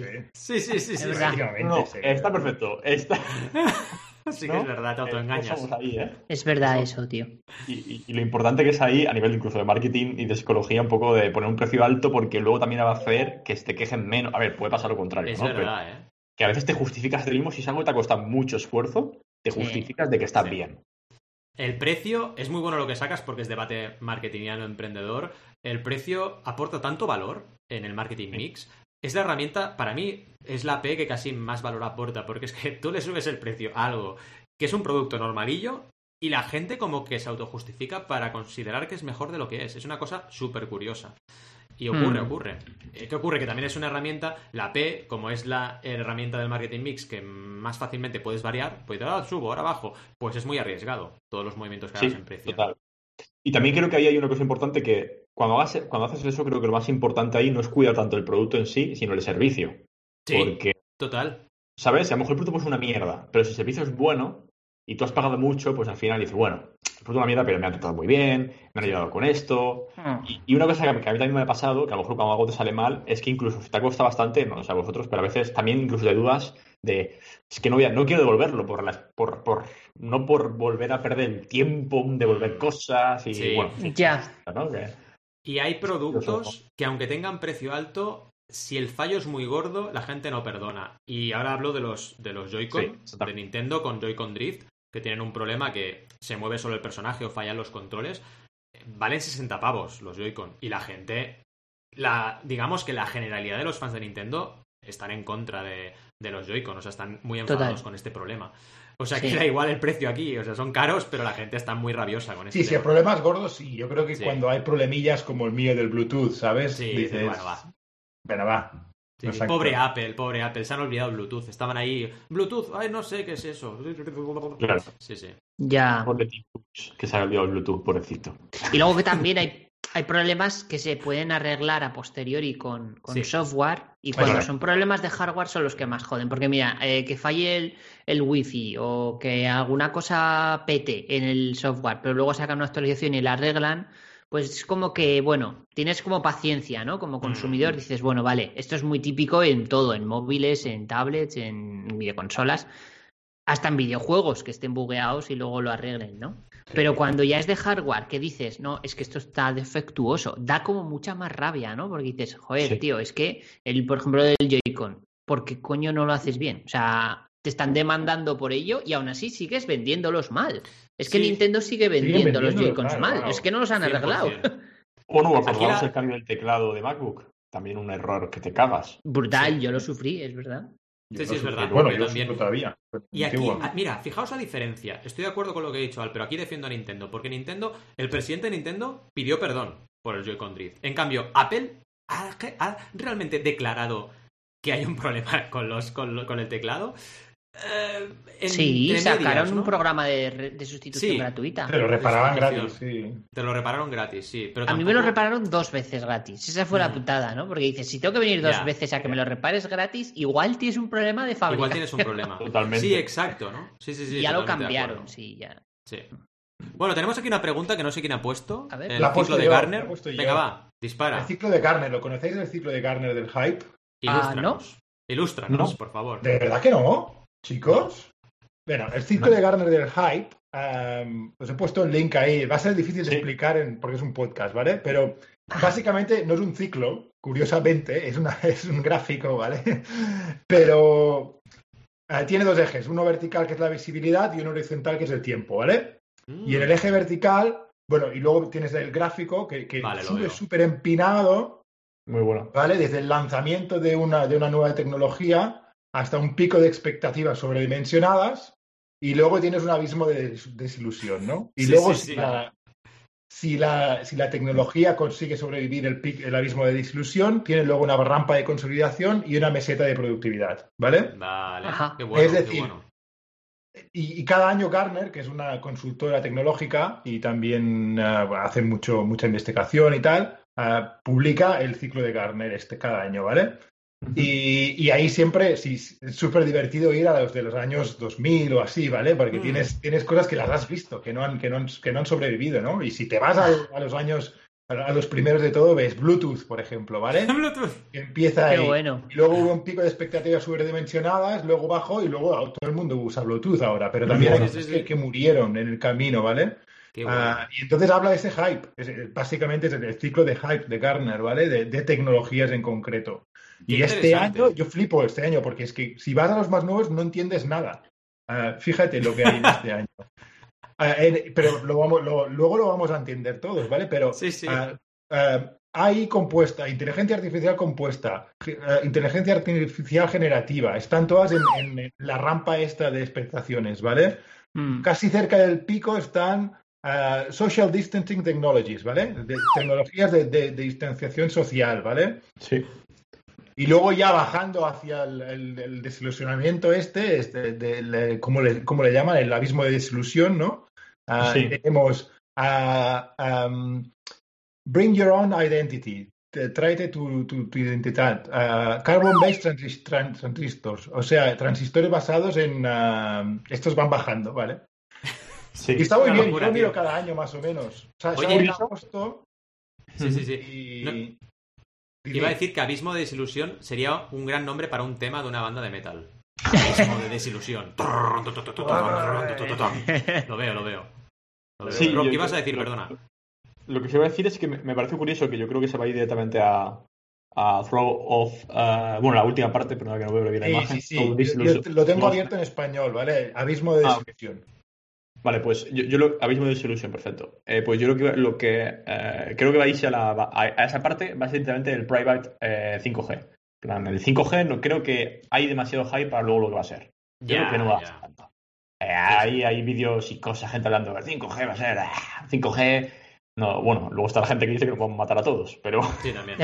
No, está perfecto. Sí que es verdad, te autoengañas. Ahí, Es verdad eso, tío. Y lo importante que es ahí, a nivel incluso de marketing y de psicología, un poco de poner un precio alto, porque luego también va a hacer que te quejen menos. A ver, puede pasar lo contrario, es ¿no? verdad, pero que a veces te justificas de mismo, si es algo que te ha costado mucho esfuerzo, te justificas de que estás bien. El precio es muy bueno lo que sacas porque es debate marketingiano emprendedor. El precio aporta tanto valor en el marketing mix. Es la herramienta, para mí, es la P que casi más valor aporta, porque es que tú le subes el precio a algo que es un producto normalillo y la gente como que se autojustifica para considerar que es mejor de lo que es. Es una cosa súper curiosa. Y ocurre. ¿Qué ocurre? Que también es una herramienta, la P, como es la herramienta del marketing mix que más fácilmente puedes variar, pues subo, ahora bajo, pues es muy arriesgado todos los movimientos que hagas en precio. Total. Y también creo que ahí hay una cosa importante que cuando haces eso, creo que lo más importante ahí no es cuidar tanto el producto en sí, sino el servicio. Sí, porque, total. ¿sabes? A lo mejor el producto es una mierda, pero si el servicio es bueno y tú has pagado mucho, pues al final dices, bueno, el producto es una mierda, pero me han tratado muy bien, me han ayudado con esto. Y una cosa que a mí también me ha pasado, que a lo mejor cuando algo te sale mal, es que incluso te cuesta bastante, no sé a vosotros, pero a veces también incluso te dudas de, es que no quiero devolverlo no por volver a perder el tiempo, devolver cosas y bueno. Ya. ¿No? Y hay productos que aunque tengan precio alto, si el fallo es muy gordo, la gente no perdona. Y ahora hablo de los Joy-Con de Nintendo con Joy-Con Drift, que tienen un problema que se mueve solo el personaje o fallan los controles. Valen 60 pavos los Joy-Con. Y la gente, digamos que la generalidad de los fans de Nintendo están en contra de los Joy-Con. O sea, están muy enfadados con este problema. O sea, que da igual el precio aquí. O sea, son caros, pero la gente está muy rabiosa con esto. Sí, si el problema es gordo, sí. Yo creo que cuando hay problemillas como el mío del Bluetooth, ¿sabes? Sí, dices, bueno, va. Sí, pobre Apple. Se han olvidado el Bluetooth. Estaban ahí. Bluetooth, ay, no sé qué es eso. Claro. Sí. Ya. Que se ha olvidado el Bluetooth, pobrecito. Y luego que también hay problemas que se pueden arreglar a posteriori con software, y cuando son problemas de hardware son los que más joden, porque mira, que falle el wifi o que alguna cosa pete en el software, pero luego sacan una actualización y la arreglan, pues es como que, bueno, tienes como paciencia, ¿no? Como consumidor dices, bueno, vale, esto es muy típico en todo, en móviles, en tablets, en videoconsolas, hasta en videojuegos que estén bugueados y luego lo arreglen, ¿no? Pero cuando ya es de hardware, que dices, no, es que esto está defectuoso, da como mucha más rabia, ¿no? Porque dices, joder, tío, es que, por ejemplo, del Joy-Con, ¿por qué coño no lo haces bien? O sea, te están demandando por ello y aún así sigues vendiéndolos mal. Es que Nintendo sigue vendiendo los Joy-Cons mal, es que no los han arreglado. O no, acordamos el cambio del teclado de MacBook, también un error que te cagas. Brutal, yo lo sufrí, es verdad. Sí, es verdad. Bueno, yo también. Todavía. Y aquí, mira, fijaos la diferencia. Estoy de acuerdo con lo que he dicho, Al, pero aquí defiendo a Nintendo. Porque el presidente de Nintendo pidió perdón por el Joy-Con Drift. En cambio, Apple ha realmente declarado que hay un problema con el teclado. Sí, sacaron un programa de sustitución gratuita. Te lo reparaban gratis, sí. Te lo repararon gratis, sí. Pero a mí me lo repararon 2 veces gratis. Esa fue la putada, ¿no? Porque dices, si tengo que venir 2 veces a que me lo repares gratis, igual tienes un problema de fabricación. Igual tienes un problema. Totalmente. Sí, exacto, ¿no? Sí. Ya lo cambiaron, sí, ya. Sí. Bueno, tenemos aquí una pregunta que no sé quién ha puesto. A ver. El ciclo de Gartner. Venga, va, dispara. El ciclo de Gartner, ¿lo conocéis el ciclo de Gartner del hype? Ilústranos, por favor. ¿De verdad que no, chicos? Bueno, el ciclo de Gartner del hype, os he puesto el link ahí. Va a ser difícil de explicar porque es un podcast, ¿vale? Pero básicamente no es un ciclo, curiosamente, es un gráfico, ¿vale? Pero tiene 2 ejes, uno vertical que es la visibilidad y uno horizontal que es el tiempo, ¿vale? Y en el eje vertical, bueno, y luego tienes el gráfico que sube súper empinado. Muy bueno. ¿Vale? Desde el lanzamiento de una nueva tecnología hasta un pico de expectativas sobredimensionadas y luego tienes un abismo de desilusión, ¿no? Y luego si la tecnología consigue sobrevivir el abismo de desilusión, tiene luego una rampa de consolidación y una meseta de productividad, ¿vale? Vale, Ajá. Qué bueno, es decir, qué bueno. Y cada año Gartner, que es una consultora tecnológica y también hace mucha investigación y tal, publica el ciclo de Gartner cada año, ¿vale? Y ahí siempre es súper divertido ir a los de los años 2000 o así, ¿vale? Porque tienes cosas que las has visto, que no han sobrevivido, ¿no? Y si te vas a los años, a los primeros de todo, ves Bluetooth, por ejemplo, ¿vale? Bluetooth. Que empieza ahí. Qué bueno. Y luego hubo un pico de expectativas sobredimensionadas, luego bajó y luego todo el mundo usa Bluetooth ahora, pero también hay cosas que murieron en el camino, ¿vale? Bueno. Y entonces habla de ese hype, básicamente es el ciclo de hype de Gartner, ¿vale? De tecnologías en concreto. Y este año, yo flipo este año, porque es que si vas a los más nuevos no entiendes nada. Fíjate lo que hay en este año. Pero luego lo vamos a entender todos, ¿vale? Pero hay compuesta, inteligencia artificial compuesta, inteligencia artificial generativa, están todas en la rampa esta de expectaciones, ¿vale? Casi cerca del pico están social distancing technologies, ¿vale? Tecnologías de distanciación social, ¿vale? Sí. Y luego ya bajando hacia el desilusionamiento ¿cómo le llaman? El abismo de desilusión, ¿no? Tenemos bring your own identity, tráete tu identidad, carbon-based transistors, o sea, transistores basados en... estos van bajando, ¿vale? Sí. Y está muy bien, yo lo miro cada año más o menos. O sea, oye, en agosto... Sí. Iba a decir que Abismo de Desilusión sería un gran nombre para un tema de una banda de metal. Abismo de Desilusión. Lo veo. Sí, Rob, ¿qué ibas a decir? Perdona. Lo que se va a decir es que me parece curioso que yo creo que se va a ir directamente a Throw of... bueno, la última parte, pero que no veo bien la imagen. Sí. Yo lo tengo abierto en español, ¿vale? Abismo de desilusión. Vale, pues yo Abismo de desilusión, perfecto. Pues yo lo que creo que va a irse a esa parte va a ser literalmente el Private 5G. En plan, el 5G no creo que hay demasiado hype para luego lo que va a ser. Yo creo que no va a ser tanto. Hay vídeos y cosas, gente hablando de 5G va a ser 5G. No, bueno, luego está la gente que dice que lo podemos matar a todos, pero... Sí, también.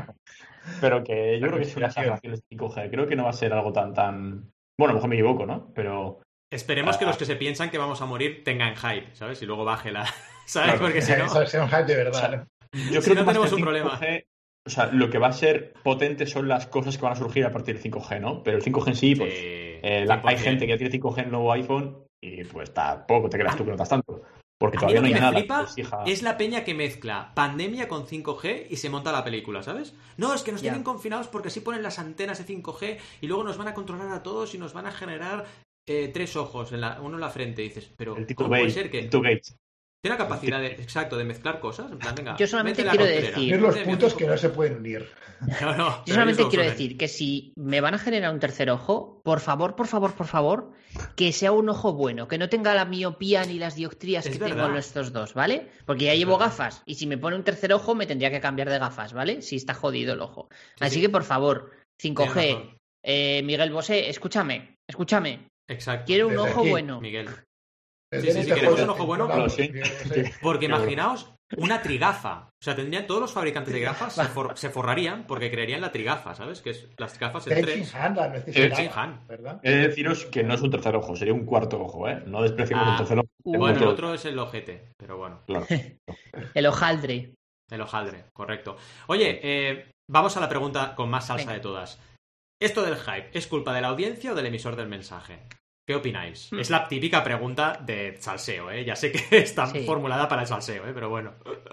Pero que yo creo que son las generaciones de 5G. Creo que no va a ser algo tan... Bueno, a lo mejor me equivoco, ¿no? Pero... Esperemos que los que se piensan que vamos a morir tengan hype, ¿sabes? Y luego baje la... ¿Sabes? Porque si no... sea un hype de verdad. O sea, yo creo que tenemos un problema. O sea, lo que va a ser potente son las cosas que van a surgir a partir del 5G, ¿no? Pero el 5G en sí, pues... hay gente que ya tiene 5G en el nuevo iPhone y pues tampoco te creas tú que notas tanto. Porque todavía no hay nada. Flipa es la peña que mezcla pandemia con 5G y se monta la película, ¿sabes? No, es que nos tienen confinados porque así ponen las antenas de 5G y luego nos van a controlar a todos y nos van a generar 3 ojos, uno en la frente. Y dices, pero ¿cómo puede ser que tiene la capacidad de mezclar cosas? En plan, venga, yo solamente quiero decir los puntos que no se pueden unir. Yo solamente quiero decir que si me van a generar un tercer ojo, por favor, que sea un ojo bueno, que no tenga la miopía ni las dioptrías que tengo en estos dos, ¿vale? Porque ya llevo gafas y si me pone un tercer ojo me tendría que cambiar de gafas, ¿vale? Si está jodido el ojo. Así que, por favor, 5G, Miguel Bosé, escúchame. Exacto. Quiero un ojo bueno. Miguel. Sí, queremos un ojo bueno. Porque imaginaos una trigafa. O sea, todos los fabricantes de gafas se forrarían porque creerían la trigafa, ¿sabes? Que es las gafas en 3. ¿verdad? He de deciros que no es un tercer ojo, sería un cuarto ojo, ¿eh? No despreciamos un tercer ojo. Bueno, el otro es el ojete, pero bueno. Claro. El hojaldre. El hojaldre, correcto. Oye, vamos a la pregunta con más salsa de todas. ¿Esto del hype es culpa de la audiencia o del emisor del mensaje? ¿Qué opináis? Es la típica pregunta de salseo, ¿eh? Ya sé que está formulada para el salseo, pero bueno.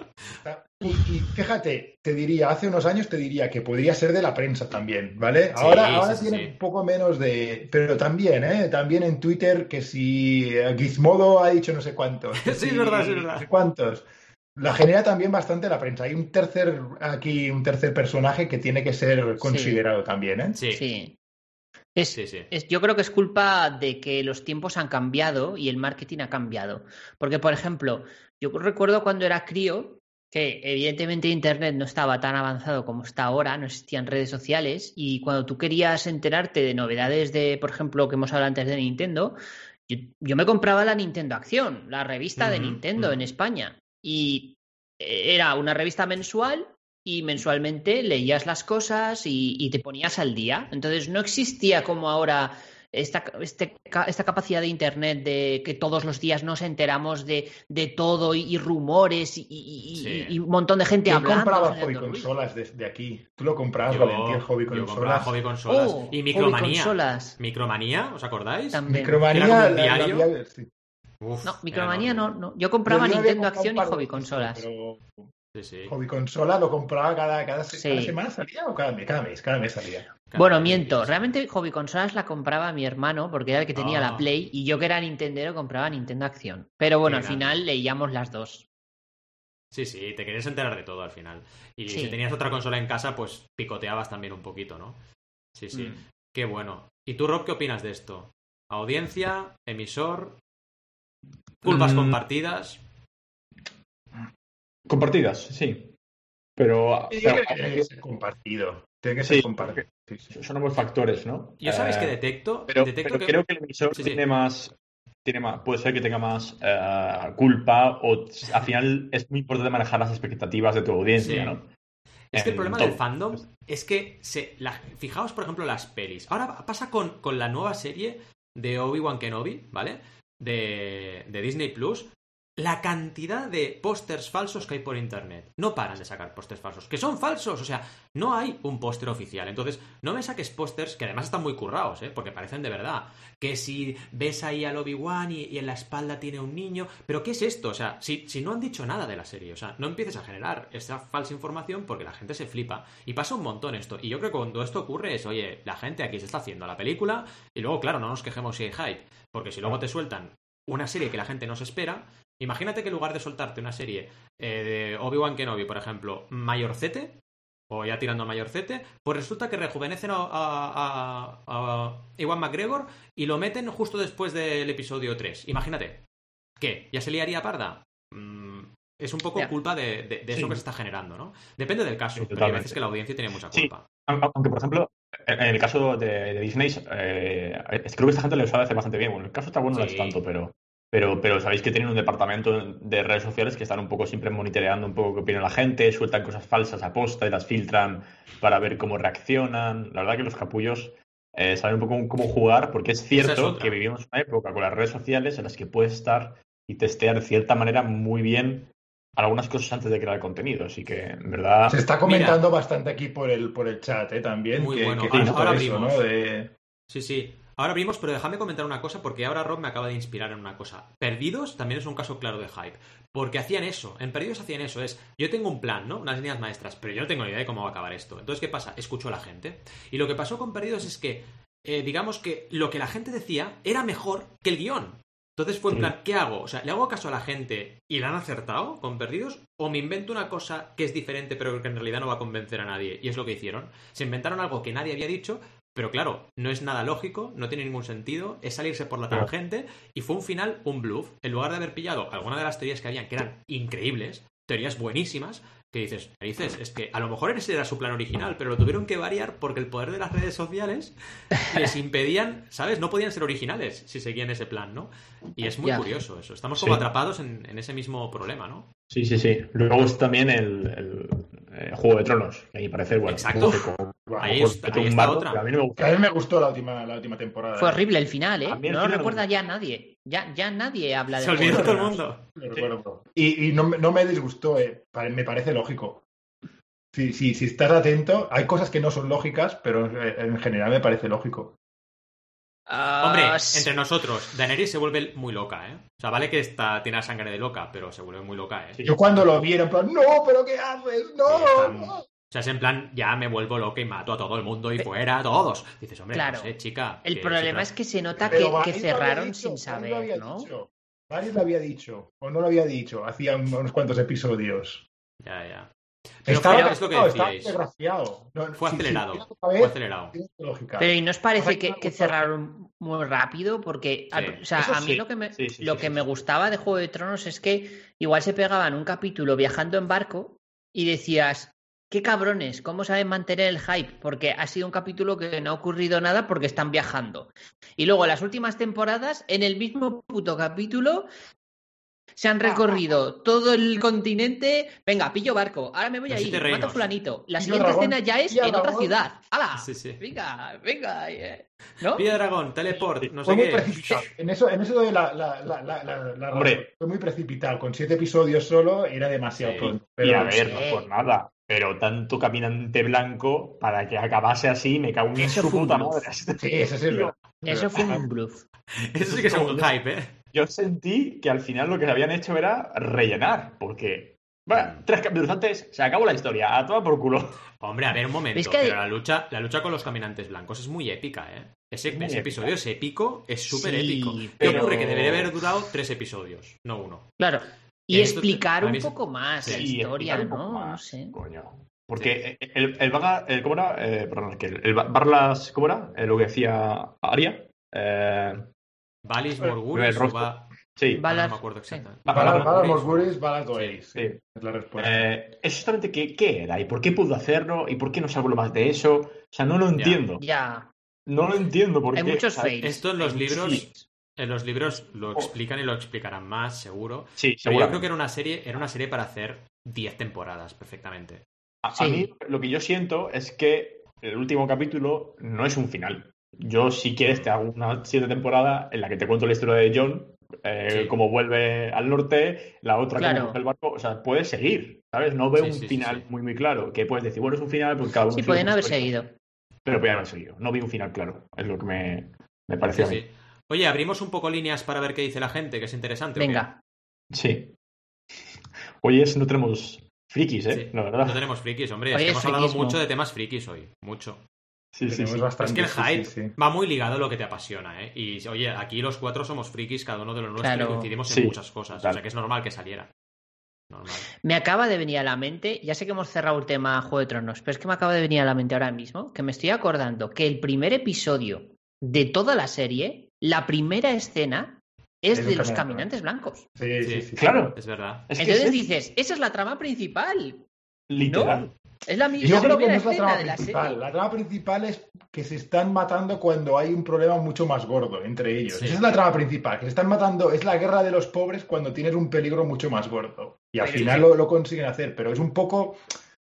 Y fíjate, hace unos años te diría que podría ser de la prensa también, ¿vale? Ahora tiene un poco menos de... Pero también, también en Twitter, que si Gizmodo ha dicho no sé cuántos. Sí, es verdad. No sé cuántos. La genera también bastante la prensa. Hay un tercer personaje que tiene que ser considerado también, ¿eh? Sí. Yo creo que es culpa de que los tiempos han cambiado y el marketing ha cambiado. Porque, por ejemplo, yo recuerdo cuando era crío que evidentemente Internet no estaba tan avanzado como está ahora, no existían redes sociales y cuando tú querías enterarte de novedades de, por ejemplo, que hemos hablado antes de Nintendo, yo me compraba la Nintendo Acción, la revista de Nintendo en España y era una revista mensual y mensualmente leías las cosas y te ponías al día. Entonces no existía como ahora esta capacidad de Internet de que todos los días nos enteramos de todo y rumores y un montón de gente hablando. Yo compraba hobby consolas desde aquí. Tú lo comprabas, Valentín, hobby consolas. Yo compraba hobby consolas. Y Micromanía, ¿os acordáis? También. Micromanía, sí. No, Micromanía no. Yo compraba Nintendo Acción y hobby consolas. Pero... Hobby consola lo compraba cada semana salía o cada mes salía. Bueno, miento. Realmente hobby consolas la compraba mi hermano porque era el que tenía la Play y yo que era Nintendero compraba Nintendo Acción. Pero bueno, al final leíamos las dos. Sí, te querías enterar de todo al final. Y si tenías otra consola en casa, pues picoteabas también un poquito, ¿no? Sí. Qué bueno. ¿Y tú, Rob, qué opinas de esto? ¿Audiencia? ¿Emisor? ¿Culpas compartidas? Compartidas, sí. Pero tiene que ser compartido. Tiene que ser compartido. Sí. Son ambos factores, ¿no? Yo sabes que detecto pero que... creo que el emisor tiene más, puede ser que tenga más culpa o al final es muy importante manejar las expectativas de tu audiencia, ¿no? Es que el problema del fandom es que fijaos, por ejemplo, las pelis. Ahora pasa con la nueva serie de Obi-Wan Kenobi, ¿vale? De Disney Plus. La cantidad de pósters falsos que hay por internet. No paran de sacar pósters falsos. Que son falsos. O sea, no hay un póster oficial. Entonces, no me saques pósters que además están muy currados, porque parecen de verdad. Que si ves ahí al Obi-Wan y en la espalda tiene un niño. ¿Pero qué es esto? O sea, si no han dicho nada de la serie. O sea, no empieces a generar esa falsa información porque la gente se flipa. Y pasa un montón esto. Y yo creo que cuando esto ocurre es, oye, la gente aquí se está haciendo la película y luego, claro, no nos quejemos si hay hype. Porque si luego te sueltan una serie que la gente no se espera... Imagínate que en lugar de soltarte una serie de Obi-Wan Kenobi, por ejemplo, mayorcete, o ya tirando a mayorcete, pues resulta que rejuvenecen a Ewan McGregor y lo meten justo después del episodio 3. Imagínate. ¿Qué? ¿Ya se liaría parda? Es un poco culpa de eso que se está generando, ¿no? Depende del caso, pero hay veces que la audiencia tiene mucha culpa. Sí. Aunque, por ejemplo, en el caso de Disney, creo que esta gente lo sabe hacer bastante bien. Bueno, el caso está bueno, no es tanto, pero sabéis que tienen un departamento de redes sociales que están un poco siempre monitoreando un poco qué opina la gente, sueltan cosas falsas a posta y las filtran para ver cómo reaccionan. La verdad que los capullos saben un poco cómo jugar, porque es cierto que vivimos una época con las redes sociales en las que puedes estar y testear de cierta manera muy bien algunas cosas antes de crear contenido, así que en verdad... Se está comentando bastante aquí por el chat, también. Muy bueno. Ahora abrimos. Sí. Ahora abrimos, pero déjame comentar una cosa, porque ahora Rob me acaba de inspirar en una cosa. Perdidos también es un caso claro de hype, porque hacían eso, en Perdidos hacían eso, yo tengo un plan, ¿no? Unas líneas maestras, pero yo no tengo ni idea de cómo va a acabar esto. Entonces, ¿qué pasa? Escucho a la gente. Y lo que pasó con Perdidos es que, digamos que lo que la gente decía era mejor que el guión. Entonces fue en plan, ¿qué hago? O sea, ¿le hago caso a la gente y la han acertado con Perdidos? ¿O me invento una cosa que es diferente pero que en realidad no va a convencer a nadie? Y es lo que hicieron. Se inventaron algo que nadie había dicho, pero claro, no es nada lógico, no tiene ningún sentido, es salirse por la tangente y fue un final, un bluff. En lugar de haber pillado alguna de las teorías que habían, que eran increíbles, teorías buenísimas, que dices, es que a lo mejor ese era su plan original, pero lo tuvieron que variar porque el poder de las redes sociales les impedían, ¿sabes? No podían ser originales si seguían ese plan, ¿no? Y es muy curioso eso. Estamos como atrapados en ese mismo problema, ¿no? Sí. Luego es también el Juego de Tronos, que a mi parecer, bueno... Exacto. Ahí está otra. A mí me gustó la última temporada. Fue horrible el final, ¿eh? No lo recuerda ya nadie. Ya nadie habla de... Se olvidó todo el mundo. Y no me disgustó, me parece lógico. Si estás atento, hay cosas que no son lógicas, pero en general me parece lógico. Hombre, entre nosotros, Daenerys se vuelve muy loca, ¿eh? O sea, vale que tiene la sangre de loca, pero se vuelve muy loca, ¿eh? Yo cuando lo vi era en plan, no, pero ¿qué haces? No. O sea, es en plan, ya me vuelvo loca y mato a todo el mundo y fuera a todos. Dices, hombre, claro. No sé, chica. El problema es que se nota que cerraron sin saber, ¿no? Varios lo había dicho, o no lo había dicho, hacía unos cuantos episodios. Ya. Pero es lo que decíais. Desgraciado. Fue acelerado. Fue acelerado. Pero ¿y no os parece que cerraron muy rápido? Porque, o sea, a mí lo que me gustaba de Juego de Tronos es que igual se pegaban un capítulo viajando en barco y decías, qué cabrones, ¿cómo saben mantener el hype? Porque ha sido un capítulo que no ha ocurrido nada porque están viajando. Y luego, en las últimas temporadas, en el mismo puto capítulo... Se han recorrido todo el continente. Venga, pillo barco. Ahora me voy a ir. Mato fulanito. La siguiente escena ya es en otra ciudad. ¡Hala! Sí. Venga. ¿No? Pilla dragón, teleport, no sé qué. En eso de Hombre, fue muy precipitado. Con 7 episodios solo era demasiado pronto. Pero, y a ver, no por nada. Pero tanto caminante blanco para que acabase así, me cago en su puta madre. Sí, eso sí es verdad. Eso fue un bluff. Eso sí que es un hype, ¿eh? Yo sentí que al final lo que habían hecho era rellenar, porque... Bueno, 3 capítulos antes se acabó la historia, a toda por culo. Hombre, a ver, un momento, pero la lucha con los caminantes blancos es muy épica, ¿eh? Ese episodio es épico, es súper épico. ¿Qué ocurre? Que debería haber durado 3 episodios, no 1. Claro, y explicar un poco más la historia, ¿no? No sé. Coño. Porque ¿cómo era? Perdón, el Barlas, ¿cómo era? Lo que decía Arya. Valis Morgulis Sí. No me acuerdo exactamente. Valar Morgulis, Valar Doeris. Sí, es la respuesta. Exactamente qué era y por qué pudo hacerlo y por qué no se habló más de eso. O sea, no lo entiendo. Ya. No lo entiendo porque... Hay muchos fakes. Esto en los libros... En los libros lo explican y lo explicarán más, seguro. Sí, pero yo creo que era una serie para hacer 10 temporadas perfectamente. A mí lo que yo siento es que el último capítulo no es un final. Yo, si quieres, te hago una 7 temporada en la que te cuento la historia de Jon, cómo vuelve al norte, la otra cómo coge el barco. O sea, puedes seguir, ¿sabes? No veo un final muy, muy claro. Que puedes decir, bueno, es un final porque cada uno... Sí, pueden haber seguido. Pero podían haber seguido. No vi un final claro. Es lo que me pareció a mí. Oye, abrimos un poco líneas para ver qué dice la gente, que es interesante. Venga. Sí. Hoy no tenemos frikis, ¿eh? Sí. No, ¿verdad? No tenemos frikis, hombre. Es que hemos hablado mucho de temas frikis hoy. Mucho. Sí. Bastante, es que el hype va muy ligado a lo que te apasiona, ¿eh? Y, oye, aquí los 4 somos frikis, cada uno de los nuestros, y coincidimos en muchas cosas. Claro. O sea, que es normal que saliera. normal. Me acaba de venir a la mente, ya sé que hemos cerrado el tema Juego de Tronos, pero es que me acaba de venir a la mente ahora mismo que me estoy acordando que el primer episodio de toda la serie, la primera escena es de los caminantes blancos. Sí, claro. Es verdad. Entonces dices, esa es la trama principal. Literal. ¿No? Es la misma. Yo creo que no es la trama principal. La trama principal es que se están matando cuando hay un problema mucho más gordo entre ellos. Sí. Esa es la trama principal, que se están matando. Es la guerra de los pobres cuando tienes un peligro mucho más gordo. Y al final lo consiguen hacer, pero es un poco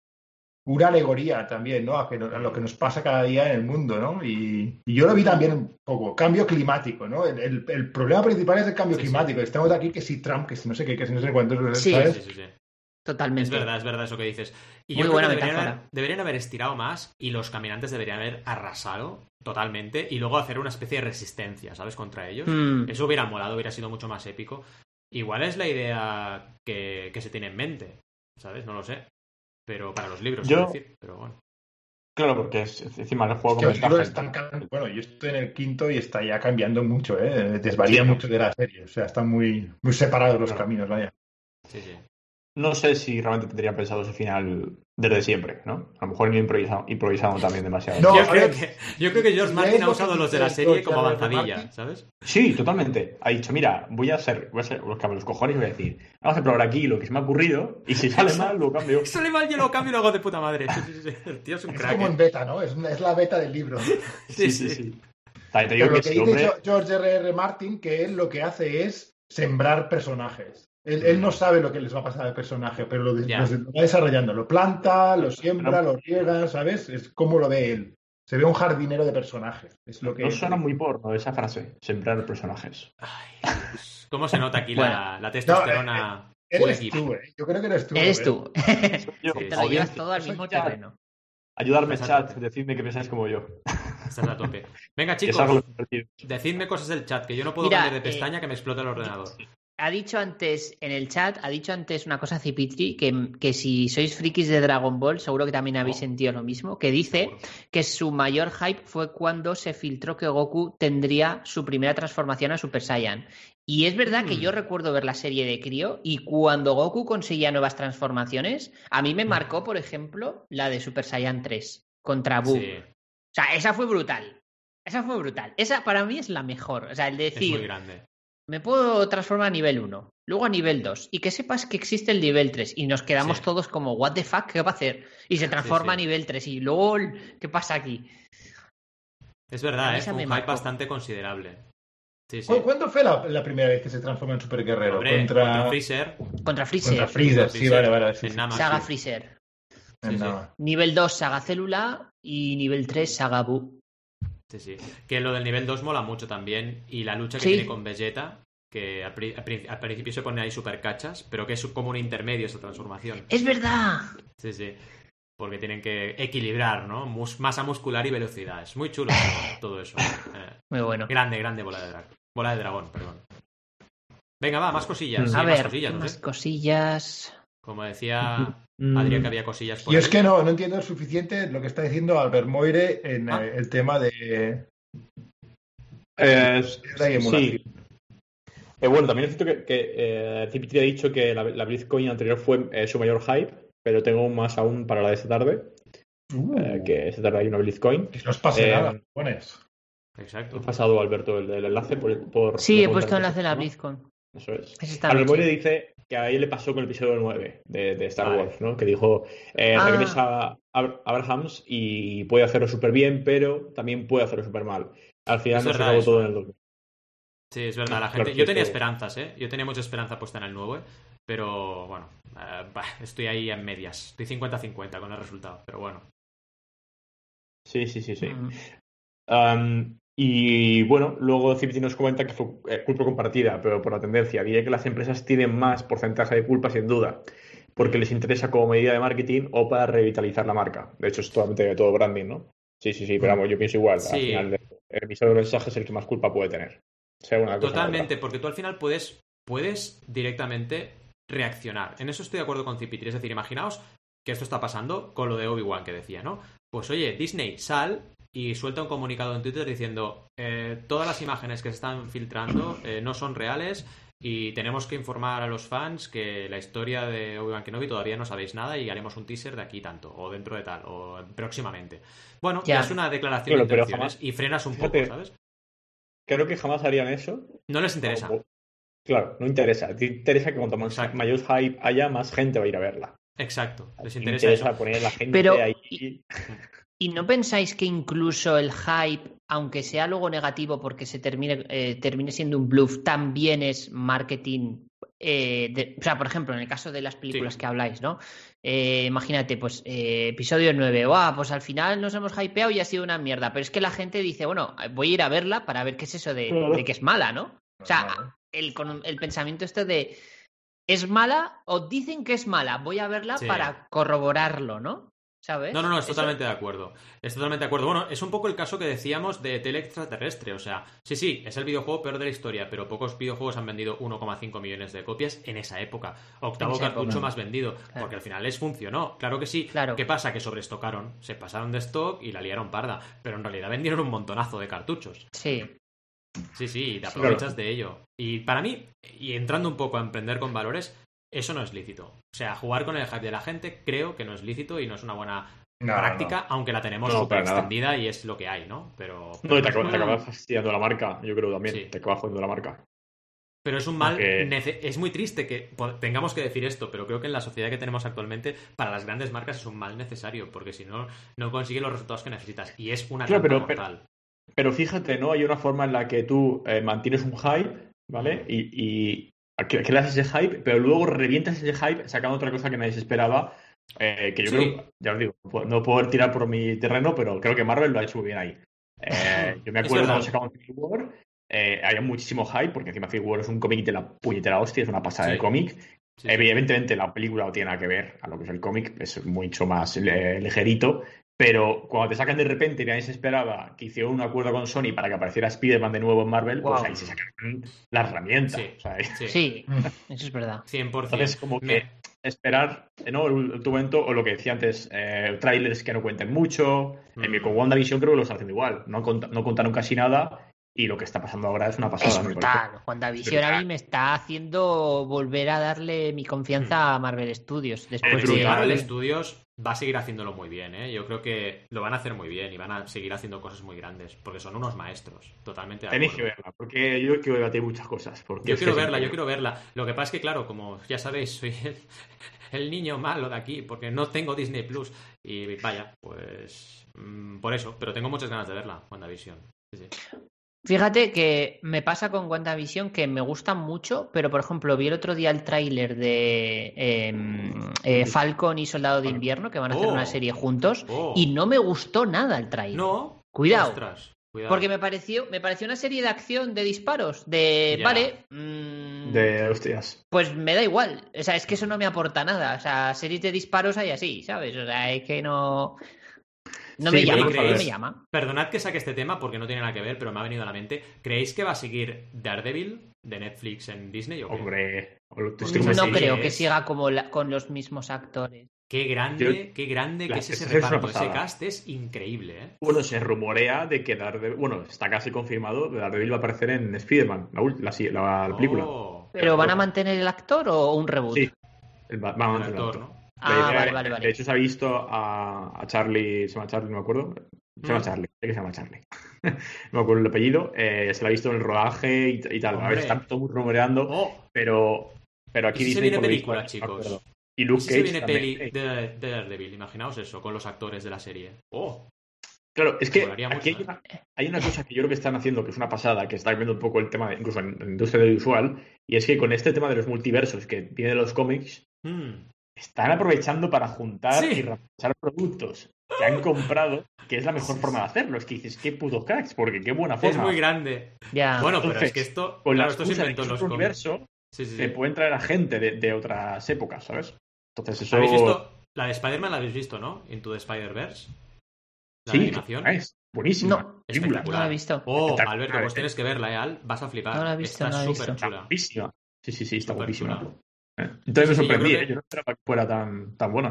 una alegoría también, ¿no? A lo que nos pasa cada día en el mundo, ¿no? Y yo lo vi también un poco. Cambio climático, ¿no? El problema principal es el cambio climático. Estamos aquí que si Trump, que si no sé qué, que si no sé cuántos, ¿sabes? Sí. Totalmente. Es verdad eso que dices. Y muy yo buena creo que metáfora. deberían haber estirado más y los caminantes deberían haber arrasado totalmente y luego hacer una especie de resistencia, ¿sabes? Contra ellos. Eso hubiera molado, hubiera sido mucho más épico. Igual es la idea que se tiene en mente, ¿sabes? No lo sé. Pero para los libros, quiero decir. Pero bueno. Claro, porque encima el juego los libros están bueno, yo estoy en el 5 y está ya cambiando mucho, desvaría mucho de la serie. O sea, están muy, muy separados los caminos, vaya. Sí. No sé si realmente tendrían pensado ese final desde siempre, ¿no? A lo mejor ni improvisado también demasiado. No, yo creo que George Martin ha usado los de la serie como avanzadilla, ¿sabes? Sí, totalmente. Ha dicho, mira, voy a hacer los cojones y voy a decir, vamos a probar aquí lo que se me ha ocurrido y si sale mal lo cambio. Si sale mal yo lo cambio y lo hago de puta madre. Sí. El tío es un crack. Es como en beta, ¿no? Es la beta del libro. Sí. Te digo que sí, dice George R.R. Martin que él lo que hace es sembrar personajes. Él no sabe lo que les va a pasar al personaje, pero lo va desarrollando. Lo planta, lo siembra, lo riega, ¿sabes? Es como lo ve él. Se ve un jardinero de personajes. Es lo que no suena muy porno esa frase, sembrar personajes. Ay, ¿cómo se nota aquí la testosterona? Eres tú, Yo creo que eres tú. Eres tú. Te lo llevas todo al mismo terreno. Ayudarme, chat, decidme que pensáis como yo. Estás a tope. Venga, chicos, decidme cosas del chat, que yo no puedo cambiar de pestaña que me explota el ordenador. Ha dicho antes en el chat, una cosa Cipitri, que si sois frikis de Dragon Ball, seguro que también habéis sentido lo mismo, que dice que su mayor hype fue cuando se filtró que Goku tendría su primera transformación a Super Saiyan. Y es verdad que yo recuerdo ver la serie de Crío y cuando Goku conseguía nuevas transformaciones, a mí me marcó, por ejemplo, la de Super Saiyan 3 contra Buu. Sí. O sea, esa fue brutal. Esa para mí es la mejor. O sea, el decir... Es muy grande. Me puedo transformar a nivel 1, luego a nivel 2, y que sepas que existe el nivel 3, y nos quedamos todos como, what the fuck, ¿qué va a hacer? Y se transforma a nivel 3, y luego, ¿qué pasa aquí? Es verdad, fue un hype bastante considerable. Sí. ¿Cuándo fue la primera vez que se transforma en Super Guerrero? Contra Freezer. Contra Freezer, sí, vale. Sí, Saga Freezer. Nivel 2, Saga Célula, y nivel 3, Saga Buu. Sí. Que lo del nivel 2 mola mucho también. Y la lucha que tiene con Vegeta, que al principio se pone ahí super cachas, pero que es como un intermedio esa transformación. ¡Es verdad! Sí. Porque tienen que equilibrar, ¿no? Masa muscular y velocidad. Es muy chulo todo eso. Muy bueno. Grande bola de dragón, perdón. Venga, va, más cosillas. A ver, más cosillas. Como decía Adrián, que había cosillas por ahí. Es que no entiendo lo suficiente lo que está diciendo Albert Moire en el tema de... sí. Bueno, también es cierto que Cipitri ha dicho que la BlizzCon anterior fue su mayor hype, pero tengo más aún para la de esta tarde. Que esta tarde hay una BlizzCon. Que no os pase nada, pones. Exacto. He pasado, Alberto, el enlace por sí, he puesto el enlace de la BlizzCon. Eso es. Albert Moire dice que a él le pasó con el episodio 9 de Star Wars, ¿no? Que dijo, regresa a Abrahams y puede hacerlo súper bien, pero también puede hacerlo súper mal. Al final no se acabó todo en el 2. Sí, es verdad, la gente... Claro, yo tenía esperanzas, Yo tenía mucha esperanza puesta en el 9, pero bueno, estoy ahí en medias. Estoy 50-50 con el resultado, pero bueno. Sí. Y bueno, luego Cipitri nos comenta que fue culpa compartida, pero por la tendencia. Diría que las empresas tienen más porcentaje de culpa, sin duda, porque les interesa como medida de marketing o para revitalizar la marca. De hecho, es totalmente todo branding, ¿no? Sí, pero vamos, yo pienso igual. Sí. Al final, el emisor de mensajes es el que más culpa puede tener. Sea una cosa totalmente, porque tú al final puedes directamente reaccionar. En eso estoy de acuerdo con Cipitri. Es decir, imaginaos que esto está pasando con lo de Obi-Wan que decía, ¿no? Pues oye, Disney, sal y suelta un comunicado en Twitter diciendo todas las imágenes que se están filtrando no son reales, y tenemos que informar a los fans que la historia de Obi-Wan Kenobi todavía no sabéis nada y haremos un teaser de aquí tanto, o dentro de tal, o próximamente. Bueno, ya es una declaración de intenciones jamás, y frenas un poco, ¿sabes? Creo que jamás harían eso. No les interesa. Claro, no interesa. Te interesa que cuanto mayor hype haya, más gente va a ir a verla. Exacto, les interesa poner a la gente pero, ahí. ¿Y no pensáis que incluso el hype, aunque sea luego negativo porque se termine siendo un bluff, también es marketing? O sea, por ejemplo, en el caso de las películas que habláis, ¿no? Imagínate, pues episodio 9, pues al final nos hemos hypeado y ha sido una mierda, pero es que la gente dice, bueno, voy a ir a verla para ver qué es eso de que es mala, ¿no? O sea, el pensamiento este de ¿es mala? O dicen que es mala, voy a verla para corroborarlo, ¿no? ¿Sabes? No, es totalmente de acuerdo. Es totalmente de acuerdo. Bueno, es un poco el caso que decíamos de Tele Extraterrestre. O sea, sí, es el videojuego peor de la historia, pero pocos videojuegos han vendido 1,5 millones de copias en esa época. Octavo cartucho más vendido. Claro. Porque al final les funcionó. Claro que sí. Claro. ¿Qué pasa? Que sobreestocaron, se pasaron de stock y la liaron parda. Pero en realidad vendieron un montonazo de cartuchos. Sí, y te aprovechas de ello. Y para mí, y entrando un poco a emprender con valores, eso no es lícito. O sea, jugar con el hype de la gente creo que no es lícito y no es una buena práctica, aunque la tenemos súper extendida y es lo que hay, ¿no? Pero te acabas fastidiando la marca, yo creo también. Sí. Te acabas jodiendo la marca. Pero es un mal... Es muy triste que tengamos que decir esto, pero creo que en la sociedad que tenemos actualmente, para las grandes marcas es un mal necesario, porque si no, no consigues los resultados que necesitas. Y es una trampa mortal. Pero fíjate, ¿no? Hay una forma en la que tú mantienes un hype, ¿vale? Y creas ese hype, pero luego revientas ese hype sacando otra cosa que nadie se esperaba. Que yo creo, ya os digo, no puedo tirar por mi terreno, pero creo que Marvel lo ha hecho muy bien ahí. Yo me acuerdo cuando sacaban Civil War, había muchísimo hype, porque encima Civil War es un cómic de la puñetera hostia, es una pasada de cómic. Evidentemente la película no tiene nada que ver a lo que es el cómic, es mucho más ligerito. Pero cuando te sacan de repente y nadie se esperaba que hicieron un acuerdo con Sony para que apareciera Spider-Man de nuevo en Marvel, pues ahí se sacan la herramienta. Sí, eso es verdad. 100%. Entonces, como que esperar, ¿no? El momento, o lo que decía antes, trailers que no cuenten mucho. Con WandaVision creo que lo están haciendo igual. No contaron casi nada. Y lo que está pasando ahora es una pasada. Es brutal. WandaVision a mí me está haciendo volver a darle mi confianza a Marvel Studios. Después de Marvel Studios va a seguir haciéndolo muy bien, ¿eh? Yo creo que lo van a hacer muy bien y van a seguir haciendo cosas muy grandes, porque son unos maestros, totalmente de acuerdo. Tenéis que verla, porque yo quiero debatir muchas cosas. Yo quiero verla. Lo que pasa es que, claro, como ya sabéis, soy el niño malo de aquí, porque no tengo Disney Plus. Y vaya, pues por eso, pero tengo muchas ganas de verla, WandaVision. Sí. Fíjate que me pasa con WandaVision que me gusta mucho, pero por ejemplo vi el otro día el tráiler de Falcon y Soldado de Invierno, que van a hacer una serie juntos, y no me gustó nada el tráiler. No, cuidado. Ostras, porque me pareció una serie de acción, de disparos, vale, de hostias. Pues me da igual, o sea, es que eso no me aporta nada, o sea, series de disparos hay así, ¿sabes? O sea, es que no me llama. Perdonad que saque este tema porque no tiene nada que ver, pero me ha venido a la mente. ¿Creéis que va a seguir Daredevil de Netflix en Disney o qué? Hombre, no creo que siga con los mismos actores. Qué grande que es ese reparto. Ese cast es increíble, ¿eh? Bueno, se rumorea de que Daredevil... Bueno, está casi confirmado que Daredevil va a aparecer en Spider-Man, la película. ¿Pero van a mantener el actor o un reboot? Sí, van a mantener el actor, ¿no? Vale. De hecho, se ha visto a Charlie, se llama Charlie, no me acuerdo. Se llama Charlie, sé que se llama Charlie. No me acuerdo el apellido. Se lo ha visto en el rodaje y tal. A ver, están todos rumoreando, pero aquí dice. Se viene película, chicos. Y Luke Cage. Se viene peli de Daredevil, imaginaos eso, con los actores de la serie. Claro, es que aquí hay una cosa que yo creo que están haciendo, que es una pasada, que está viendo un poco el tema, incluso en la industria audiovisual, y es que con este tema de los multiversos que viene de los cómics, están aprovechando para juntar y reemplazar productos que han comprado, que es la mejor forma de hacerlo. Es que dices, qué putos cracks, porque qué buena forma. Es muy grande. Yeah. Bueno, pero es que esto, con esto se inventó en los universo, se pueden traer a gente de otras épocas, ¿sabes? Entonces eso... ¿Habéis visto? La de Spider-Man la habéis visto, ¿no? Into the Spider-Verse. La animación. Es buenísima. No, espectacular. No la he visto. Alberto, pues tienes que verla, Al. Vas a flipar. No la he visto, está súper chula. Sí, está guapísima. Entonces me sorprendí, yo no esperaba que fuera tan buena.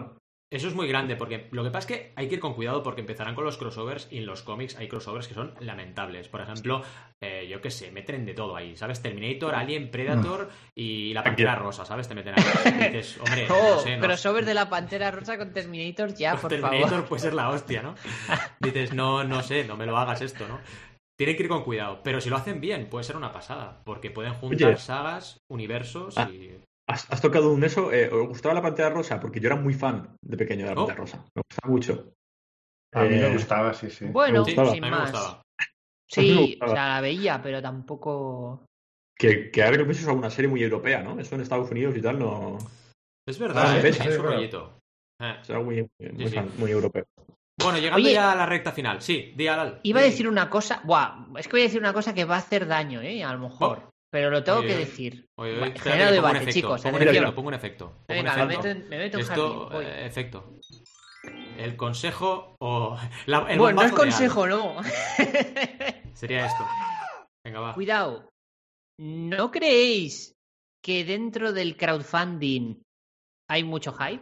Eso es muy grande, porque lo que pasa es que hay que ir con cuidado porque empezarán con los crossovers y en los cómics hay crossovers que son lamentables. Por ejemplo, yo qué sé, meten de todo ahí, ¿sabes? Terminator, Alien, Predator y la Pantera Rosa, ¿sabes? Te meten ahí. Y dices, hombre, no sé. Crossover de la Pantera Rosa con Terminator ya, por Terminator favor. puede ser la hostia, ¿no? Dices, no sé, no me lo hagas esto, ¿no? Tienen que ir con cuidado, pero si lo hacen bien puede ser una pasada, porque pueden juntar sagas, universos y... Has tocado un eso. ¿Os gustaba la Pantera Rosa? Porque yo era muy fan de pequeño de la Pantera Rosa. Me gustaba mucho. A mí me gustaba, sí. Bueno, sí, sin más. Sí, o sea, la veía, pero tampoco... Que ahora que lo pienso es una serie muy europea, ¿no? Eso en Estados Unidos y tal no... Es verdad, es un rollito. Es algo muy europeo. Bueno, llegando ya a la recta final. Sí, di Alal. Iba a decir una cosa... es que voy a decir una cosa que va a hacer daño, a lo mejor. Pero lo tengo que decir. Genera debate, chicos. Pongo un efecto. Venga, me meto en esto, jardín. Efecto. El consejo o... bueno, no es consejo, no. Sería esto. Venga, va. Cuidado. ¿No creéis que dentro del crowdfunding hay mucho hype?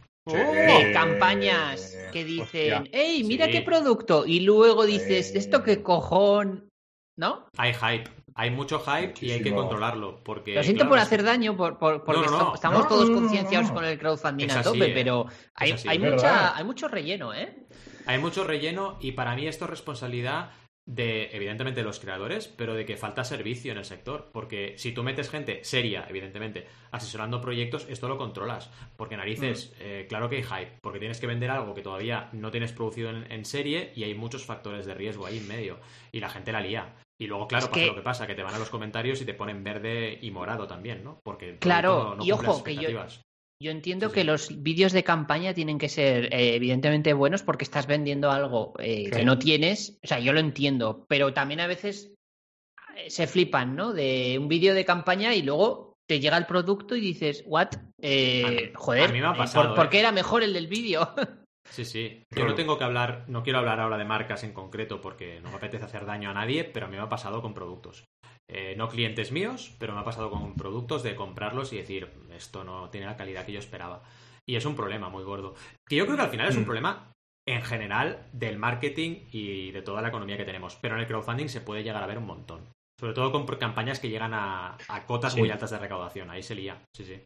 Campañas que dicen, ¡ey, mira qué producto! Y luego dices, ¿esto qué cojón? ¿No? Hay hype. Hay mucho hype y hay que controlarlo. Porque, lo siento por hacer daño, porque estamos todos concienciados con el crowdfunding a tope, pero hay mucho relleno, ¿eh? Hay mucho relleno y para mí esto es responsabilidad de, evidentemente, los creadores, pero de que falta servicio en el sector. Porque si tú metes gente seria, evidentemente, asesorando proyectos, esto lo controlas. Porque narices, claro que hay hype, porque tienes que vender algo que todavía no tienes producido en serie y hay muchos factores de riesgo ahí en medio. Y la gente la lía. Y luego, claro, pasa lo que pasa, que te van a los comentarios y te ponen verde y morado también, ¿no? Porque claro, no y ojo, que yo entiendo que los vídeos de campaña tienen que ser evidentemente buenos porque estás vendiendo algo que no tienes. O sea, yo lo entiendo, pero también a veces se flipan, ¿no? De un vídeo de campaña y luego te llega el producto y dices, ¿what? Joder, a mí me ha pasado, ¿por qué era mejor el del vídeo? Sí. Yo no quiero hablar ahora de marcas en concreto porque no me apetece hacer daño a nadie, pero a mí me ha pasado con productos. No clientes míos, pero me ha pasado con productos de comprarlos y decir, esto no tiene la calidad que yo esperaba. Y es un problema muy gordo. Que yo creo que al final es un problema en general del marketing y de toda la economía que tenemos. Pero en el crowdfunding se puede llegar a ver un montón. Sobre todo con campañas que llegan a cotas muy altas de recaudación. Ahí se lía. Sí.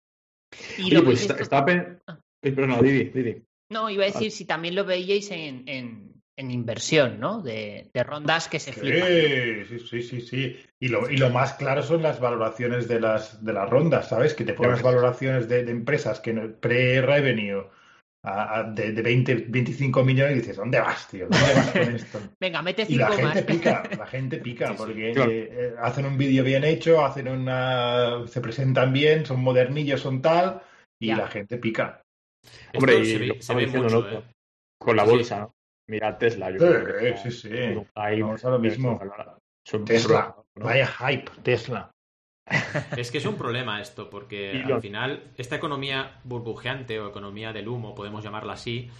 Y Oye, pues estaba... Perdón, Didi. No, iba a decir si también lo veíais en inversión, ¿no? De rondas que se flipan. Sí. Y lo más claro son las valoraciones de las rondas, ¿sabes? Que te ponen las valoraciones de empresas que pre-revenue de 20, 25 millones y dices, ¿dónde vas, tío? ¿Dónde vas con esto? Venga, mete 5 más. Y la gente pica, porque hacen un vídeo bien hecho, se presentan bien, son modernillos, son tal, y la gente pica. Hombre, se ve mucho, ¿no? Con la bolsa, ¿no? Mira Tesla. Sí. Vamos a lo mismo. Tesla, ¿no? Vaya hype, Tesla. Es que es un problema esto, porque al final esta economía burbujeante o economía del humo, podemos llamarla así,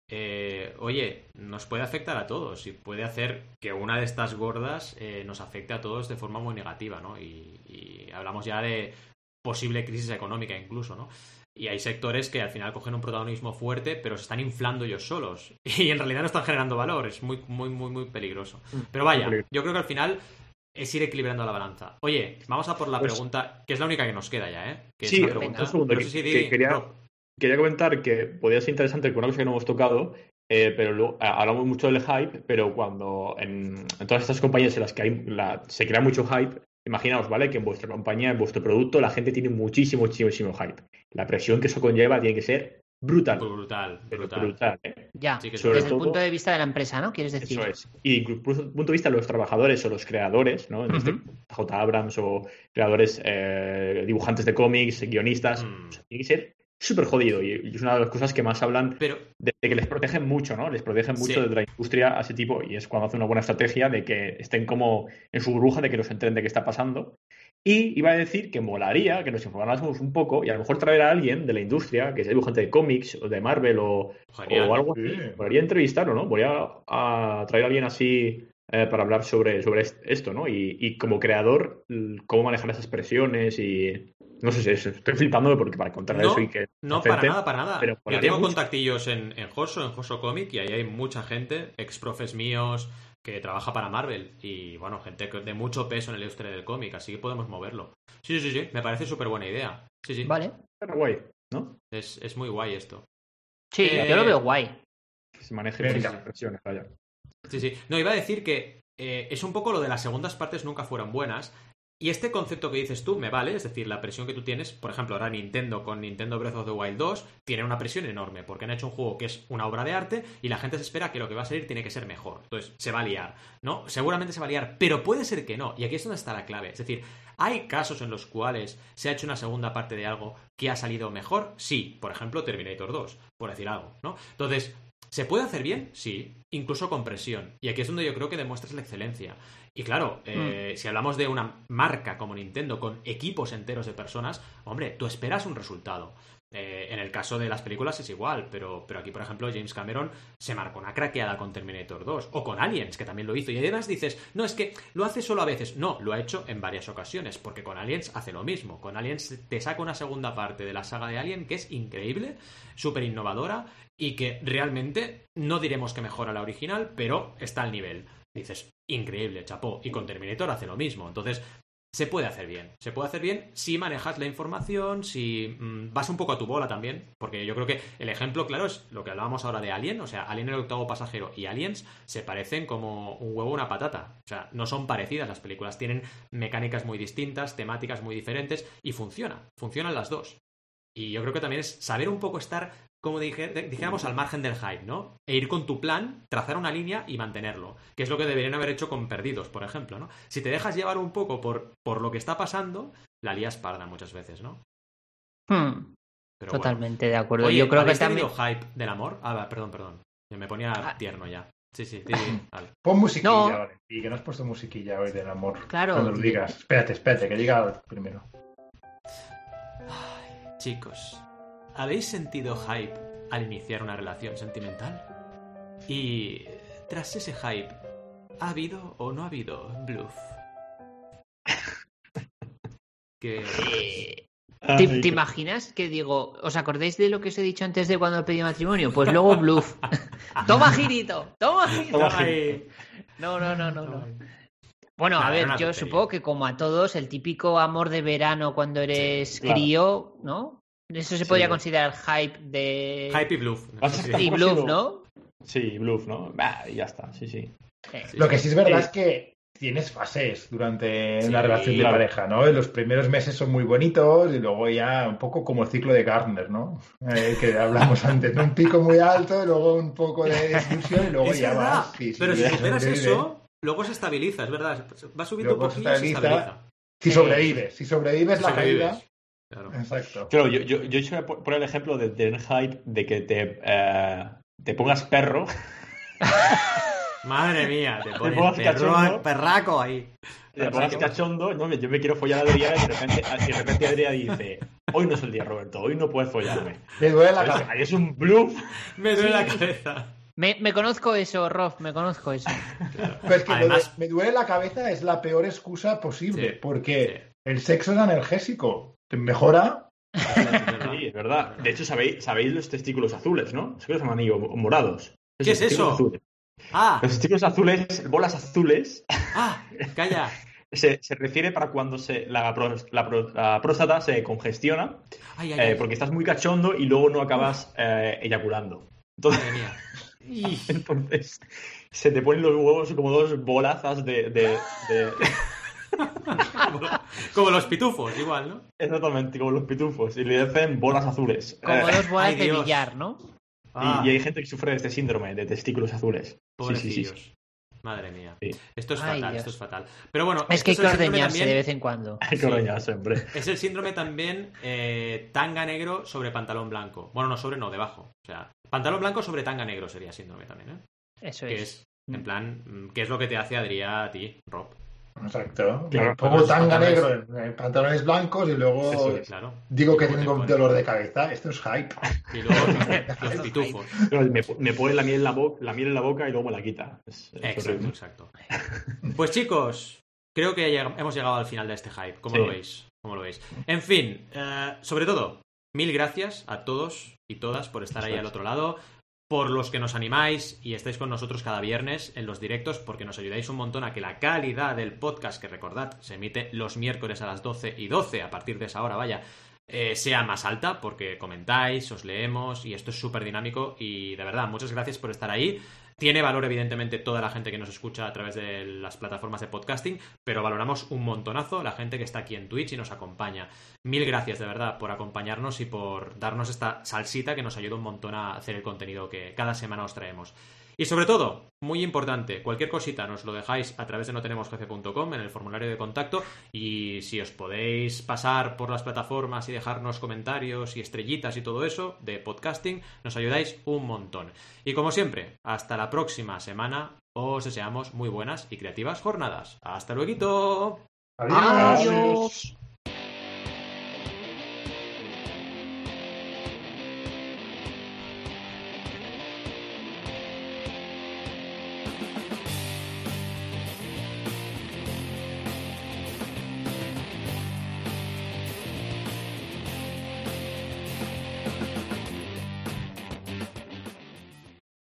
nos puede afectar a todos y puede hacer que una de estas gordas nos afecte a todos de forma muy negativa, ¿no? Y hablamos ya de posible crisis económica incluso, ¿no? Y hay sectores que al final cogen un protagonismo fuerte, pero se están inflando ellos solos. Y en realidad no están generando valor. Es muy, muy, muy, muy peligroso. Pero vaya, yo creo que al final es ir equilibrando la balanza. Oye, vamos a por la pregunta, que es la única que nos queda ya, ¿eh? Que sí, es una pregunta. Un segundo, quería comentar que podría ser interesante con una cosa que no hemos tocado, pero luego, hablamos mucho del hype, pero cuando en todas estas compañías en las que se crea mucho hype, imaginaos, ¿vale? Que en vuestra compañía, en vuestro producto, la gente tiene muchísimo hype. La presión que eso conlleva tiene que ser brutal. Brutal. Ya, sí, desde el punto de vista de la empresa, ¿no? ¿Quieres decir? Eso es. Y desde el punto de vista de los trabajadores o los creadores, ¿no? En este J. Abrams o creadores, dibujantes de cómics, guionistas, tiene que ser súper jodido. Y es una de las cosas que más hablan de que les protegen mucho, ¿no? Les protegen mucho de la industria a ese tipo. Y es cuando hacen una buena estrategia de que estén como en su burbuja, de que no se enteren de qué está pasando. Y iba a decir que molaría que nos informáramos un poco y a lo mejor traer a alguien de la industria, que sea dibujante de cómics o de Marvel o algo así. Podría entrevistarlo, ¿no? Voy a traer a alguien así para hablar sobre esto, ¿no? Y como creador, cómo manejar esas presiones y... No sé si estoy flipándolo porque para contarle eso y que... No, para nada. Pero yo tengo contactillos en Hoso Comic, y ahí hay mucha gente, ex profes míos, que trabaja para Marvel. Y bueno, gente de mucho peso en la industria del cómic, así que podemos moverlo. Sí, me parece súper buena idea. Sí. Vale. Pero guay, ¿no? Es muy guay esto. Sí, yo lo veo guay. Que se maneje con esas presiones, vaya. Sí. No, iba a decir que es un poco lo de las segundas partes nunca fueron buenas. Y este concepto que dices tú me vale, es decir, la presión que tú tienes, por ejemplo, ahora Nintendo con Nintendo Breath of the Wild 2 tiene una presión enorme porque han hecho un juego que es una obra de arte y la gente se espera que lo que va a salir tiene que ser mejor. Entonces, se va a liar, ¿no? Seguramente se va a liar, pero puede ser que no. Y aquí es donde está la clave. Es decir, ¿hay casos en los cuales se ha hecho una segunda parte de algo que ha salido mejor? Sí. Por ejemplo, Terminator 2, por decir algo, ¿no? Entonces, ¿se puede hacer bien? Sí, incluso con presión. Y aquí es donde yo creo que demuestras la excelencia. Y claro, si hablamos de una marca como Nintendo con equipos enteros de personas, hombre, tú esperas un resultado. En el caso de las películas es igual, pero aquí, por ejemplo, James Cameron se marcó una craqueada con Terminator 2 o con Aliens, que también lo hizo. Y además dices, no, es que lo hace solo a veces. No, lo ha hecho en varias ocasiones, porque con Aliens hace lo mismo. Con Aliens te saca una segunda parte de la saga de Alien que es increíble, súper innovadora y que realmente no diremos que mejora la original, pero está al nivel. Dices, increíble, chapó. Y con Terminator hace lo mismo. Entonces, se puede hacer bien. Se puede hacer bien si manejas la información, si vas un poco a tu bola también. Porque yo creo que el ejemplo claro es lo que hablábamos ahora de Alien. O sea, Alien el octavo pasajero y Aliens se parecen como un huevo a una patata. O sea, no son parecidas las películas. Tienen mecánicas muy distintas, temáticas muy diferentes y funcionan las dos. Y yo creo que también es saber un poco estar, como dijéramos, al margen del hype, ¿no? E ir con tu plan, trazar una línea y mantenerlo. Que es lo que deberían haber hecho con Perdidos, por ejemplo, ¿no? Si te dejas llevar un poco por lo que está pasando, la lías parda muchas veces, ¿no? Pero totalmente de acuerdo. Oye, yo creo que también... hype del amor? Perdón. Me ponía tierno ya. Sí, vale. Pon musiquilla, vale. Y que no has puesto musiquilla hoy del amor. Claro. Cuando lo digas. Espérate, que diga primero. Ay, chicos, ¿habéis sentido hype al iniciar una relación sentimental? Y tras ese hype, ¿ha habido o no ha habido bluff? ¿Te imaginas que digo, ¿os acordáis de lo que os he dicho antes de cuando pedí matrimonio? Pues luego bluff. ¡Toma girito! No. Bueno, a ver, yo supongo que como a todos, el típico amor de verano cuando eres crío, ¿no? Eso se podría considerar hype de... Hype y bluff. Y bluff, ¿no? Sí, bluff, ¿no? Y ya está, sí. Lo que sí es verdad es que tienes fases durante la relación de pareja, ¿no? Los primeros meses son muy bonitos y luego ya un poco como el ciclo de Gardner, ¿no? Que hablamos antes, ¿no? Un pico muy alto y luego un poco de desilusión y luego ya vas. Pero si superas eso... Luego se estabiliza, es verdad. Va subiendo un poquillo y se estabiliza. Si sobrevives la caída. Claro. Exacto. Claro, yo he hecho por el ejemplo de tener hype de que te pongas perro. Madre mía, te pones perraco ahí. Te pongas cachondo. No, yo me quiero follar a Adriana y de repente Adriana dice: hoy no es el día, Roberto, hoy no puedes follarme. Me duele la cabeza. Ahí es un bluff. Me duele la cabeza. Me conozco eso, Rob, me conozco eso. Claro. Pues que además, me duele la cabeza es la peor excusa posible, porque el sexo es analgésico, te mejora. Sí, es verdad. De hecho, sabéis los testículos azules, ¿no? Los testículos amarillos o morados. ¿Qué es eso? Azules. Los testículos azules, bolas azules. Calla. Se refiere para cuando la próstata se congestiona, porque estás muy cachondo y luego no acabas eyaculando. Entonces, madre mía. Entonces se te ponen los huevos como dos bolazas de... Como los pitufos, igual, ¿no? Exactamente, como los pitufos. Y le hacen bolas azules. Como dos bolas de billar, ¿no? Y hay gente que sufre de este síndrome de testículos azules. Pobrecillos. Sí. Madre mía. Sí. Esto es fatal. Pero bueno, es que hay que ordeñarse de vez en cuando. Hay que ordeñarse, hombre. Es el síndrome también tanga negro sobre pantalón blanco. Bueno, no, debajo. O sea, pantalón blanco sobre tanga negro sería síndrome también, ¿eh? Eso que es. En plan, ¿qué es lo que te hace Adrián a ti, Rob? Exacto. Claro, pongo tanga negro en pantalones blancos y luego digo que tengo dolor de cabeza. Esto es hype. Y luego los pitufos. Me pone la miel en la boca y luego me la quita. Exacto. Pues chicos, creo que hemos llegado al final de este hype. ¿Cómo lo veis? En fin, sobre todo, mil gracias a todos y todas por estar ahí al otro lado, por los que nos animáis y estáis con nosotros cada viernes en los directos, porque nos ayudáis un montón a que la calidad del podcast, que recordad, se emite los miércoles a las 12:12, a partir de esa hora, sea más alta, porque comentáis, os leemos y esto es súper dinámico y de verdad, muchas gracias por estar ahí. Tiene valor, evidentemente, toda la gente que nos escucha a través de las plataformas de podcasting, pero valoramos un montonazo la gente que está aquí en Twitch y nos acompaña. Mil gracias, de verdad, por acompañarnos y por darnos esta salsita que nos ayuda un montón a hacer el contenido que cada semana os traemos. Y sobre todo, muy importante, cualquier cosita nos lo dejáis a través de notenemosjefe.com en el formulario de contacto y si os podéis pasar por las plataformas y dejarnos comentarios y estrellitas y todo eso de podcasting, nos ayudáis un montón. Y como siempre, hasta la próxima semana os deseamos muy buenas y creativas jornadas. ¡Hasta luego! ¡Adiós!